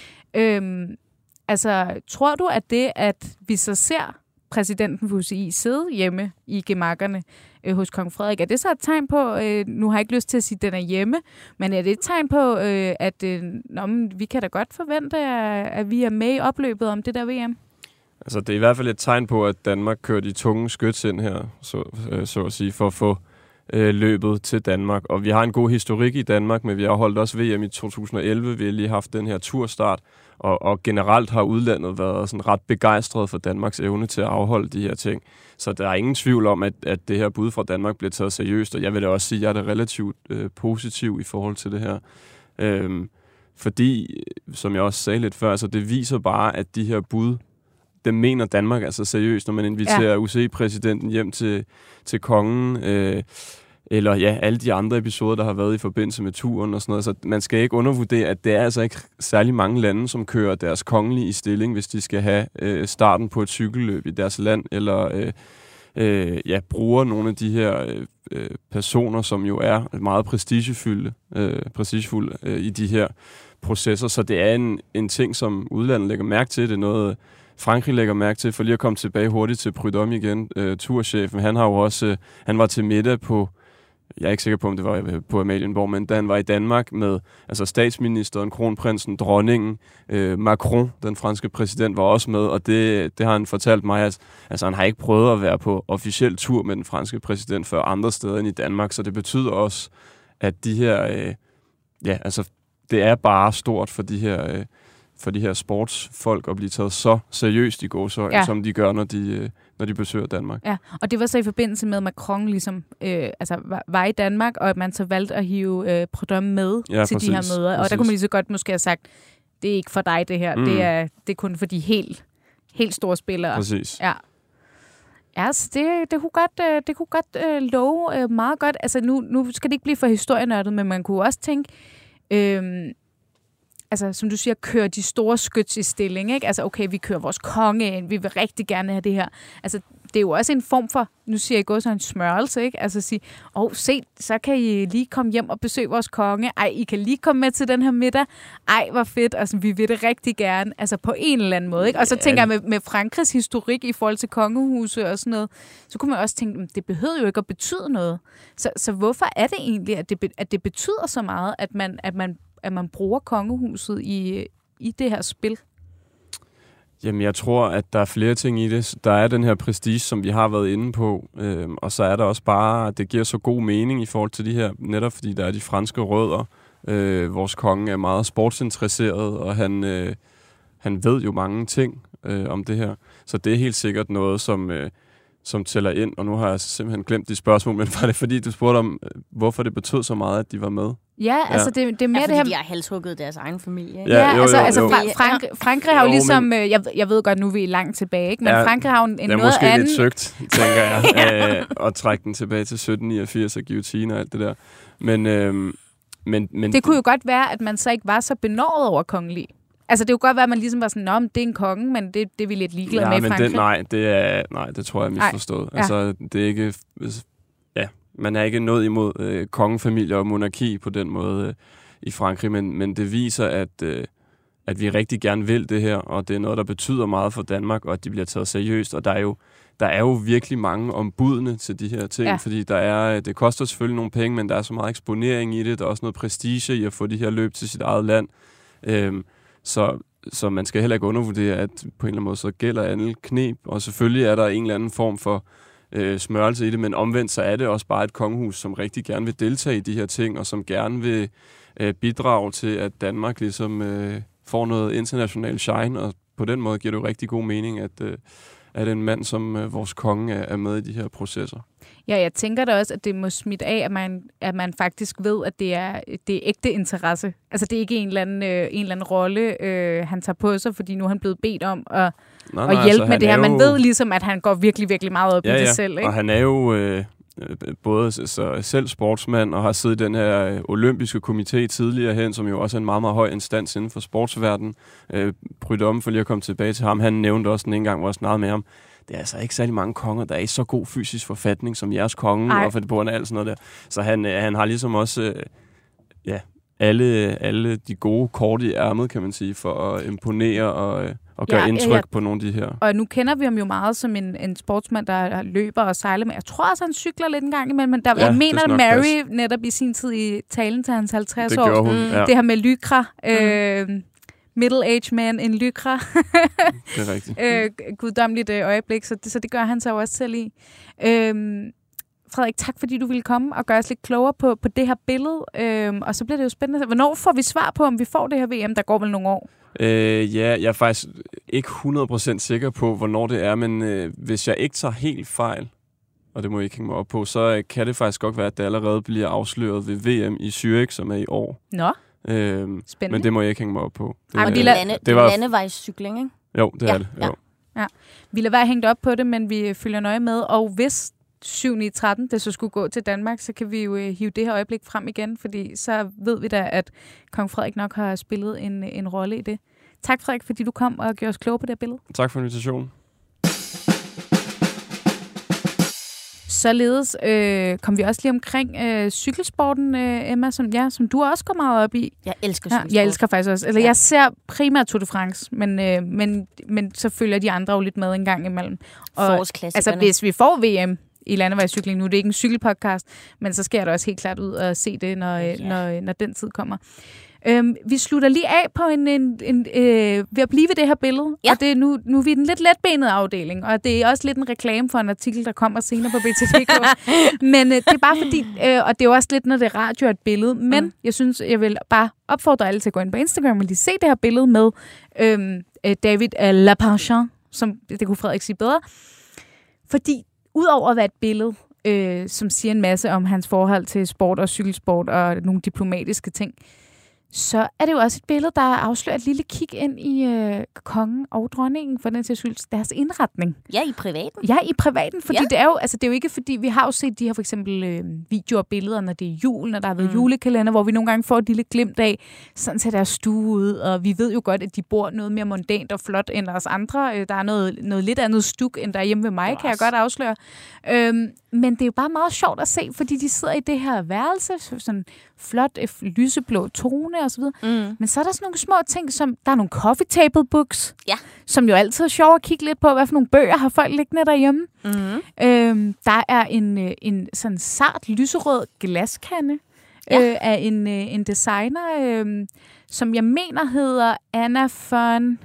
Øhm, altså, tror du, at det, at vi så ser præsidenten for U C I sidde hjemme i gemakkerne øh, hos kong Frederik, er det så et tegn på, øh, nu har jeg ikke lyst til at sige, at den er hjemme, men er det et tegn på, øh, at øh, nå, vi kan da godt forvente, at, at vi er med i opløbet om det der V M? Altså, det er i hvert fald et tegn på, at Danmark kører de tunge skyts ind her, så, øh, så at sige, for at få øh, løbet til Danmark. Og vi har en god historik i Danmark, men vi har holdt også V M i to tusind og elleve. Vi har lige haft den her turstart, og, og generelt har udlandet været sådan ret begejstret for Danmarks evne til at afholde de her ting. Så der er ingen tvivl om, at, at det her bud fra Danmark bliver taget seriøst, og jeg vil da også sige, at jeg er da relativt øh, positiv i forhold til det her. Øhm, fordi, som jeg også sagde lidt før, altså, det viser bare, at de her bud, det mener Danmark altså seriøst, når man inviterer ja. U C I-præsidenten hjem til, til kongen, øh, eller ja, alle de andre episoder, der har været i forbindelse med turen og sådan noget. Så man skal ikke undervurdere, at det er altså ikke særlig mange lande, som kører deres kongelige i stilling, hvis de skal have øh, starten på et cykelløb i deres land, eller øh, øh, ja, bruger nogle af de her øh, personer, som jo er meget prestigefulde, øh, prestigefulde øh, i de her processer. Så det er en, en ting, som udlandet lægger mærke til. Det er noget, Frankrig lægger mærke til, for lige at komme tilbage hurtigt til Prudhomme igen, øh, turchefen. Han har jo også, øh, han var til middag på, jeg er ikke sikker på, om det var på Amalienborg, men da han var i Danmark med altså statsministeren, kronprinsen, dronningen, øh, Macron, den franske præsident, var også med, og det, det har han fortalt mig, at altså, han har ikke prøvet at være på officiel tur med den franske præsident før andre steder end i Danmark, så det betyder også, at de her, øh, ja, altså, det er bare stort for de her, øh, for de her sportsfolk at blive taget så seriøst i gåsøjne, ja. som de gør, når de, øh, når de besøger Danmark. Ja, og det var så i forbindelse med, at Macron ligesom, øh, altså, var, var i Danmark, og at man så valgte at hive øh, Prudhomme med ja, til præcis, de her møder. Og præcis. der kunne man lige så godt måske have sagt, det er ikke for dig det her, mm. det, er, det er kun for de helt, helt store spillere. Præcis. Ja. Ja, så det, det kunne godt, det kunne godt øh, love øh, meget godt. Altså nu, nu skal det ikke blive for historienørdet, men man kunne også tænke, øh, altså, som du siger, køre de store skyts i stilling, ikke? Altså, okay, vi kører vores konge ind, vi vil rigtig gerne have det her. Altså, det er jo også en form for, nu siger jeg godt så en smørelse, ikke? Altså, sige, åh, oh, se, så kan I lige komme hjem og besøge vores konge. Ej, I kan lige komme med til den her middag. Ej, hvor fedt. Altså, vi vil det rigtig gerne. Altså, på en eller anden måde, ikke? Og så tænker jeg med, med Frankrigs historik i forhold til kongehuse og sådan noget, så kunne man også tænke, det behøver jo ikke at betyde noget. Så, så hvorfor er det egentlig, at det, at det betyder så meget, at man, at man at man bruger kongehuset i, i det her spil? Jamen, jeg tror, at der er flere ting i det. Der er den her prestige, som vi har været inde på, øh, og så er der også bare, at det giver så god mening i forhold til de her, netop fordi der er de franske rødder. Øh, vores konge er meget sportsinteresseret, og han, øh, han ved jo mange ting øh, om det her. Så det er helt sikkert noget, som, øh, som tæller ind, og nu har jeg simpelthen glemt de spørgsmål, men var det fordi, du spurgte om, hvorfor det betød så meget, at de var med? Ja, altså det, det er mere ja, det her... de har halshugget deres egen familie. Ikke? Ja, ja jo, altså, jo, altså jo. Fra- Frank- Frankrig har jo, jo ligesom... Men... Jeg, jeg ved godt, nu er vi langt tilbage, ikke? Men ja, Frankrig har jo en, en noget anden... Det er måske lidt søgt, tænker jeg, ja. øh, at trække den tilbage til sytten niogfirs og guillotine og alt det der. Men, øh, men, men det kunne jo godt være, at man så ikke var så benåret over kongelig. Altså, det kunne godt være, at man ligesom var sådan, nå, men det er en konge, men det, det er vi lidt ligeglade ja, med i men Frankrig. Det, nej, det er, nej, det tror jeg er misforstået. Ja. Altså, det er ikke... Ja, man er ikke nået imod øh, kongefamilie og monarki på den måde øh, i Frankrig, men, men det viser, at, øh, at vi rigtig gerne vil det her, og det er noget, der betyder meget for Danmark, og at de bliver taget seriøst, og der er jo, der er jo virkelig mange ombudene til de her ting, ja. fordi der er, det koster selvfølgelig nogle penge, men der er så meget eksponering i det, der er også noget prestige i at få de her løb til sit eget land, øhm, så, så man skal heller ikke undervurdere, at på en eller anden måde så gælder alle knep, og selvfølgelig er der en eller anden form for øh, smørelse i det, men omvendt så er det også bare et kongehus, som rigtig gerne vil deltage i de her ting, og som gerne vil øh, bidrage til, at Danmark ligesom øh, får noget international shine, og på den måde giver det jo rigtig god mening, at, øh, at en mand som øh, vores konge er, er med i de her processer. Ja, jeg tænker da også, at det må smitte af, at man, at man faktisk ved, at det er, det er ægte interesse. Altså, det er ikke en eller anden, øh, en eller anden rolle, øh, han tager på sig, fordi nu er han blevet bedt om at, nej, nej, at hjælpe altså, med det her. Man jo ved ligesom, at han går virkelig, virkelig meget op ja, i det ja. selv. Ikke? Og han er jo øh, både så selv sportsmand og har siddet i den her olympiske komité tidligere hen, som jo også er en meget, meget høj instans inden for sportsverdenen. Øh, Brydt om for lige at komme tilbage til ham. Han nævnte også en gang, hvor jeg snakkede med ham. Det er altså ikke særlig mange konger, der er i så god fysisk forfatning som jeres konge, Ej. og for det på alt sådan noget der. Så han, han har ligesom også øh, ja, alle, alle de gode kort i ærmet, kan man sige, for at imponere og, og gøre ja, indtryk ja, ja. på nogle af de her. Og nu kender vi ham jo meget som en, en sportsmand, der løber og sejler med. Jeg tror også, han cykler lidt en gang imellem, men der, ja, jeg mener, at Mary pas. netop i sin tid i talen til hans halvtreds det år, hun, ja. det her med Lycra, mm. øh, middle-aged man in Lycra. Det er rigtigt. øh, guddommeligt øh, øjeblik, så det, så det gør han så også selv i. Øhm, Frederik, tak fordi du ville komme og gøre os lidt klogere på, på det her billede. Øhm, og så bliver det jo spændende. Hvornår får vi svar på, om vi får det her V M? Der går vel nogle år? Øh, ja, jeg er faktisk ikke hundrede procent sikker på, hvornår det er, men øh, hvis jeg ikke tager helt fejl, og det må jeg ikke hænge mig op på, så kan det faktisk godt være, at det allerede bliver afsløret ved V M i Zürich, som er i år. Nå. Øhm, men det må jeg ikke hænge mig op på. Det, Ej, men det, er, lande, det var landevejscykling, ikke? Jo, det ja, er det. Jo. Ja. Ja. Vi lader være hængt op på det, men vi følger nøje med. Og hvis syv ni tretten det så skulle gå til Danmark, så kan vi jo øh, hive det her øjeblik frem igen, fordi så ved vi da, at kong Frederik nok har spillet en, en rolle i det. Tak, Frederik, fordi du kom og gjorde os kloge på det her billede. Tak for invitationen. Således øh, kom vi også lige omkring øh, cykelsporten, øh, Emma, som, ja, som du også går meget op i. Jeg elsker cykelsport. Ja, jeg elsker faktisk også. Eller, ja. Jeg ser primært Tour de France, men, øh, men, men så følger de andre jo lidt med en gang imellem. Og, altså, hvis vi får V M i landevejscykling, nu er det ikke en cykelpodcast, men så skal jeg da også helt klart ud og se det, når, yeah. når, når den tid kommer. Øhm, vi slutter lige af på en, en, en øh, ved at blive ved det her billede, ja. og det er nu, nu er vi i den lidt letbenede afdeling, og det er også lidt en reklame for en artikel, der kommer senere på B T punktum d k. Men øh, det er bare fordi, øh, og det er jo også lidt, når det er radio et billede, men mm. jeg synes, jeg vil bare opfordre alle til at gå ind på Instagram og lige se det her billede med øh, David øh, Lapinchon, som det kunne Frederik sige bedre. Fordi udover at være et billede, øh, som siger en masse om hans forhold til sport og cykelsport og nogle diplomatiske ting, så er det jo også et billede, der afslører et lille kig ind i øh, kongen og dronningen, for den til skyld, deres indretning. Ja, i privaten. Ja, i privaten, fordi ja. det er jo, altså det er jo ikke fordi, vi har jo set de her for eksempel øh, videoer og billeder, når det er jul, når der har været mm. julekalender, hvor vi nogle gange får et lille glimt af, sådan ser deres stue ud, og vi ved jo godt, at de bor noget mere mondant og flot end os andre. Der er noget, noget lidt andet stuk, end der er hjemme ved mig, kan jeg godt afsløre. Øhm, men det er jo bare meget sjovt at se, fordi de sidder i det her værelse, sådan flot, lyseblå tone og så videre. Mm. Men så er der sådan nogle små ting, som der er nogle coffee table books, ja. som jo altid er sjovt at kigge lidt på, hvad for nogle bøger har folk liggende derhjemme. Mm. Øhm, der er en, en sådan sart lyserød glaskande ja. øh, af en, en designer, øh, som jeg mener hedder Anna von...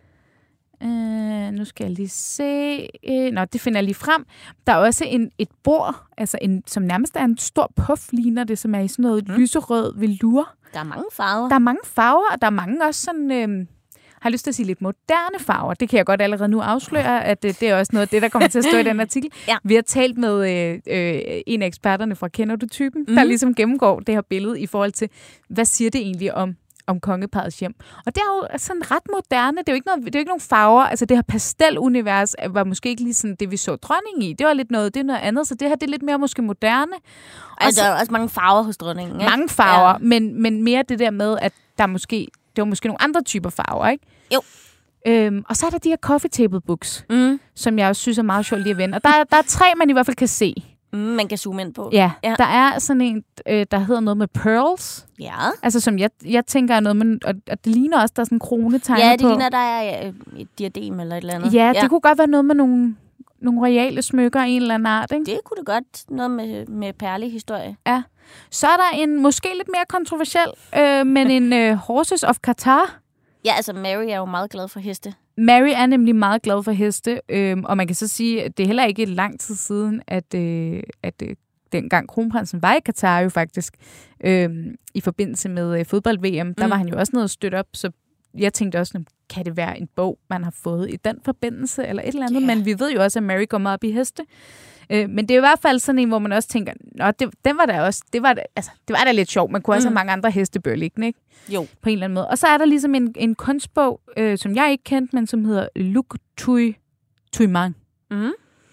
Uh, nu skal jeg lige se. Uh, nå, det finder jeg lige frem. Der er også en, et bord, altså en, som nærmest er en stor puff, ligner det, som er i sådan noget mm. lyserød velur. Der er mange farver. Der er mange farver, og der er mange også sådan, øh, har lyst til at sige lidt moderne farver. Det kan jeg godt allerede nu afsløre, at øh, det er også noget af det, der kommer til at stå i den artikel. Ja. Vi har talt med øh, øh, en af eksperterne fra Kender du typen, mm. der ligesom gennemgår det her billede i forhold til, hvad siger det egentlig om om kongeparrets hjem. Og det er jo sådan ret moderne. Det er jo ikke, noget, det er jo ikke nogen farver. Altså det her pastelunivers var måske ikke lige sådan det, vi så dronningen i. Det var lidt noget, det er noget andet. Så det her, det er lidt mere måske moderne. Altså, der er også mange farver hos dronningen. Ikke? Mange farver, ja. men, men mere det der med, at der måske, det var måske nogle andre typer farver, ikke? Jo. Øhm, og så er der de her coffee table books, mm. som jeg også synes er meget sjovt lige at vende. Og der, der er tre, man i hvert fald kan se. Mm, man kan zoome ind på. Ja, ja. Der er sådan en, øh, der hedder noget med pearls. Ja. Altså, som jeg, jeg tænker er noget, men, og, og det ligner også, der er sådan en kronetegn på. Ja, det på. ligner, der er et diadem eller et eller andet. Ja, det ja. kunne godt være noget med nogle, nogle royale smykker af en eller anden art, ikke? Det kunne det godt. Noget med, med perlehistorie. Ja. Så er der en måske lidt mere kontroversiel, øh, men en øh, Horses of Qatar. Ja, altså Mary er jo meget glad for heste. Mary er nemlig meget glad for heste, øh, og man kan så sige, at det er heller ikke lang tid siden, at, øh, at øh, dengang kronprinsen var i Qatar jo faktisk, øh, i forbindelse med øh, fodbold-V M, mm. der var han jo også noget stødt op, så jeg tænkte også, kan det være en bog, man har fået i den forbindelse, eller et eller andet, yeah. men vi ved jo også, at Mary går meget op i heste. Øh, men det er i hvert fald sådan en, hvor man også tænker, nå, det, den var da også, det var da, altså, det var da lidt sjovt, man kunne mm. også have mange andre hestebøger liggende, ikke? Jo. På en eller anden måde. Og så er der ligesom en, en kunstbog, øh, som jeg ikke kendte, men som hedder Luc Thuy Thuymane. Mm.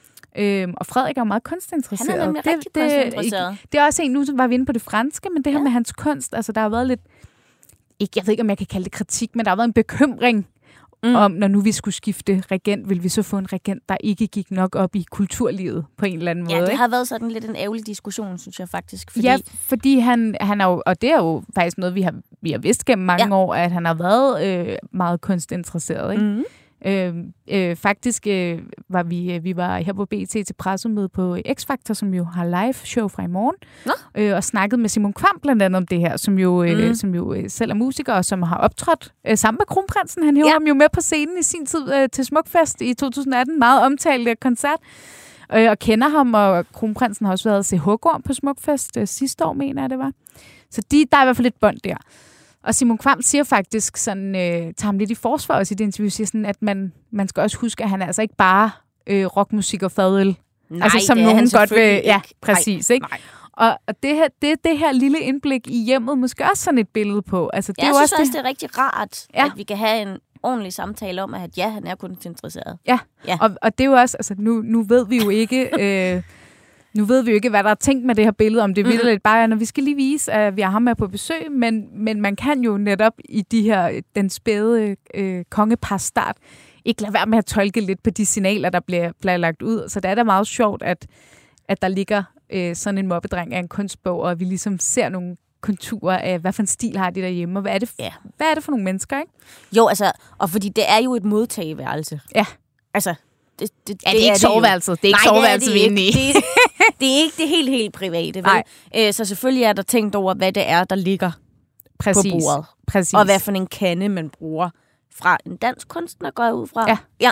Øhm, og Frederik er jo meget kunstinteresseret. Han er nemlig det, rigtig kunstinteresseret. Det, det er også en, nu var vi inde på det franske, men det her ja. med hans kunst, altså der har været lidt, ikke, jeg ved ikke, om jeg kan kalde det kritik, men der har været en bekymring mm. om, når nu vi skulle skifte regent, vil vi så få en regent, der ikke gik nok op i kulturlivet på en eller anden ja, måde. Ja, det ikke? har været sådan lidt en ærgerlig diskussion, synes jeg faktisk. Fordi... Ja, fordi han, han er jo, og det er jo faktisk noget, vi har, vi har vidst gennem mange ja. år, at han har været øh, meget kunstinteresseret, ikke? Mm. Øh, øh, faktisk øh, var vi, vi var her på B T til pressemøde på X-Factor, som jo har live show fra i morgen, øh, og snakket med Simon Kvam blandt andet om det her, som jo, øh, mm. som jo selv er musiker, og som har optrådt øh, sammen med kronprinsen. Han hævde ja. ham jo med på scenen i sin tid øh, til Smukfest i to tusind atten, meget omtalt øh, koncert, øh, og kender ham, og kronprinsen har også været til Hugorm på Smukfest øh, sidste år, mener jeg det var. Så de, der er i hvert fald et bånd der. Og Simon Kvam siger faktisk sådan, øh, tager ham lidt i forsvar også i det interview, siger sådan, at man, man skal også huske, at han er altså ikke bare øh, rockmusik og fadøl. Nej, altså, som det er nogen han godt vil, ikke. ja, præcis, nej, ikke? Nej. Og, og det, her, det, det her lille indblik i hjemmet, måske også sådan et billede på. Altså, det jeg er synes også, også, det er rigtig rart, ja. at vi kan have en ordentlig samtale om, at ja, han er kunstinteresseret. Ja, ja. Og, og det er jo også, altså nu, nu ved vi jo ikke... Øh, Nu ved vi jo ikke, hvad der er tænkt med det her billede, om det mm-hmm. vildt bare, når vi skal lige vise, at vi har ham med på besøg, men, men man kan jo netop i de her, den spæde øh, kongepars start, ikke lade være med at tolke lidt på de signaler, der bliver, bliver lagt ud. Så det er da meget sjovt, at, at der ligger øh, sådan en mobbedreng af en kunstbog, og vi ligesom ser nogle konturer af, hvad for en stil har de derhjemme, og hvad er det, ja. hvad er det for nogle mennesker, ikke? Jo, altså, og fordi det er jo et modtageværelse. Ja. Altså, Det, det, ja, det er ikke soveværelset. Det er ikke soveværelset, vi er inde i. Det, det er ikke det helt, helt private. Vel? Æ, så selvfølgelig er der tænkt over, hvad det er, der ligger Præcis. på bordet. Præcis. Og hvad for en kande, man bruger fra en dansk kunstner, går jeg ud fra. Ja. ja.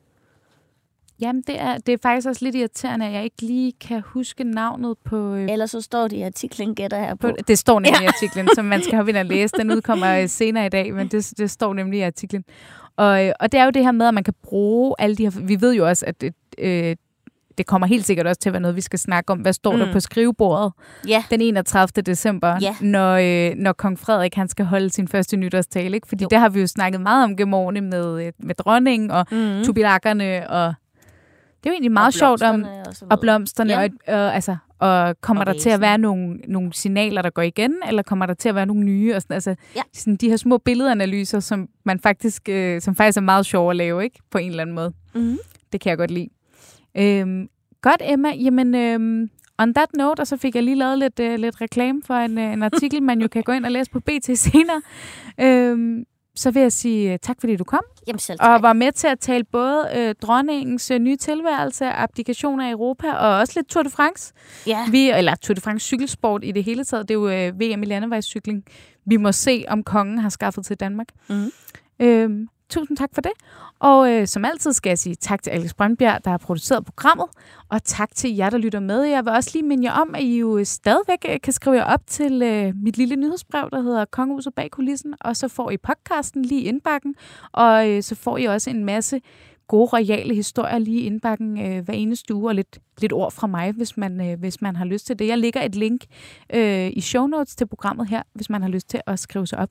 Jamen, det er, det er faktisk også lidt irriterende, at jeg ikke lige kan huske navnet på... Øh, Ellers så står det i artiklen, gætter her på. på det står nemlig ja. i artiklen, som man skal have ind og læse. Den udkommer senere i dag, men det, det står nemlig i artiklen. Og, og det er jo det her med, at man kan bruge alle de her... Vi ved jo også, at øh, det kommer helt sikkert også til at være noget, vi skal snakke om. Hvad står mm. der på skrivebordet ja. den enogtredivte december, ja. når, øh, når kong Frederik han skal holde sin første nytårstale? Ikke? Fordi jo. det har vi jo snakket meget om gennem årene med, med dronningen og mm. tubilakkerne. Og det er jo egentlig meget og sjovt om... Og, og blomsterne. ja. Og, og, altså, og kommer og der til at være nogle, nogle signaler, der går igen? Eller kommer der til at være nogle nye? Og sådan, altså, ja. sådan de her små billedanalyser, som man faktisk, øh, som faktisk er meget sjove at lave, ikke? På en eller anden måde. Mm. Det kan jeg godt lide. Øhm, godt, Emma. Jamen, øhm, on that note, og så fik jeg lige lavet lidt, øh, lidt reklame for en, øh, en artikel, man jo kan gå ind og læse på B T senere. Øhm, så vil jeg sige tak, fordi du kom. Jamen selv tak. Og var med til at tale både øh, dronningens øh, nye tilværelse, abdikationer i Europa, og også lidt Tour de France. Ja. Vi, eller Tour de France cykelsport i det hele taget. Det er jo øh, V M i landevejscykling. Vi må se, om kongen har skaffet til Danmark. Mm. Øhm, tusind tak for det. Og øh, som altid skal jeg sige tak til Alex Brøndbjerg, der har produceret programmet. Og tak til jer, der lytter med. Jeg vil også lige minde jer om, at I jo stadigvæk kan skrive jer op til øh, mit lille nyhedsbrev, der hedder Kongehuset bag kulissen. Og så får I podcasten lige i indbakken. Og øh, så får I også en masse gode, royale historier lige i indbakken øh, hver eneste uge. Og lidt, lidt ord fra mig, hvis man, øh, hvis man har lyst til det. Jeg lægger et link øh, i show notes til programmet her, hvis man har lyst til at skrive sig op.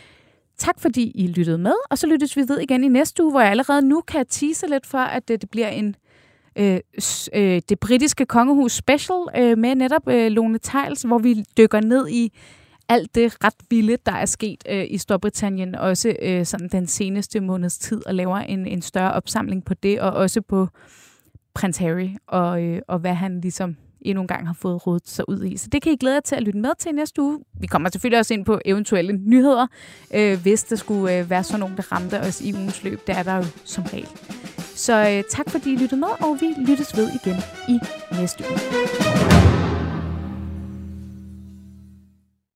Tak fordi I lyttede med, og så lyttes vi ved igen i næste uge, hvor jeg allerede nu kan tease lidt for, at det bliver en øh, øh, det britiske kongehus special øh, med netop øh, Lone Theils, hvor vi dykker ned i alt det ret vilde, der er sket øh, i Storbritannien, også øh, sådan den seneste måneds tid, og laver en, en større opsamling på det, og også på prins Harry, og, øh, og hvad han ligesom endnu en gang har fået rodet sig ud i. Så det kan I glæde jer til at lytte med til næste uge. Vi kommer selvfølgelig også ind på eventuelle nyheder, øh, hvis der skulle øh, være sådan nogen, der ramte os i ugens løb. Det er der jo som regel. Så øh, tak fordi I lyttede med, og vi lyttes ved igen i næste uge.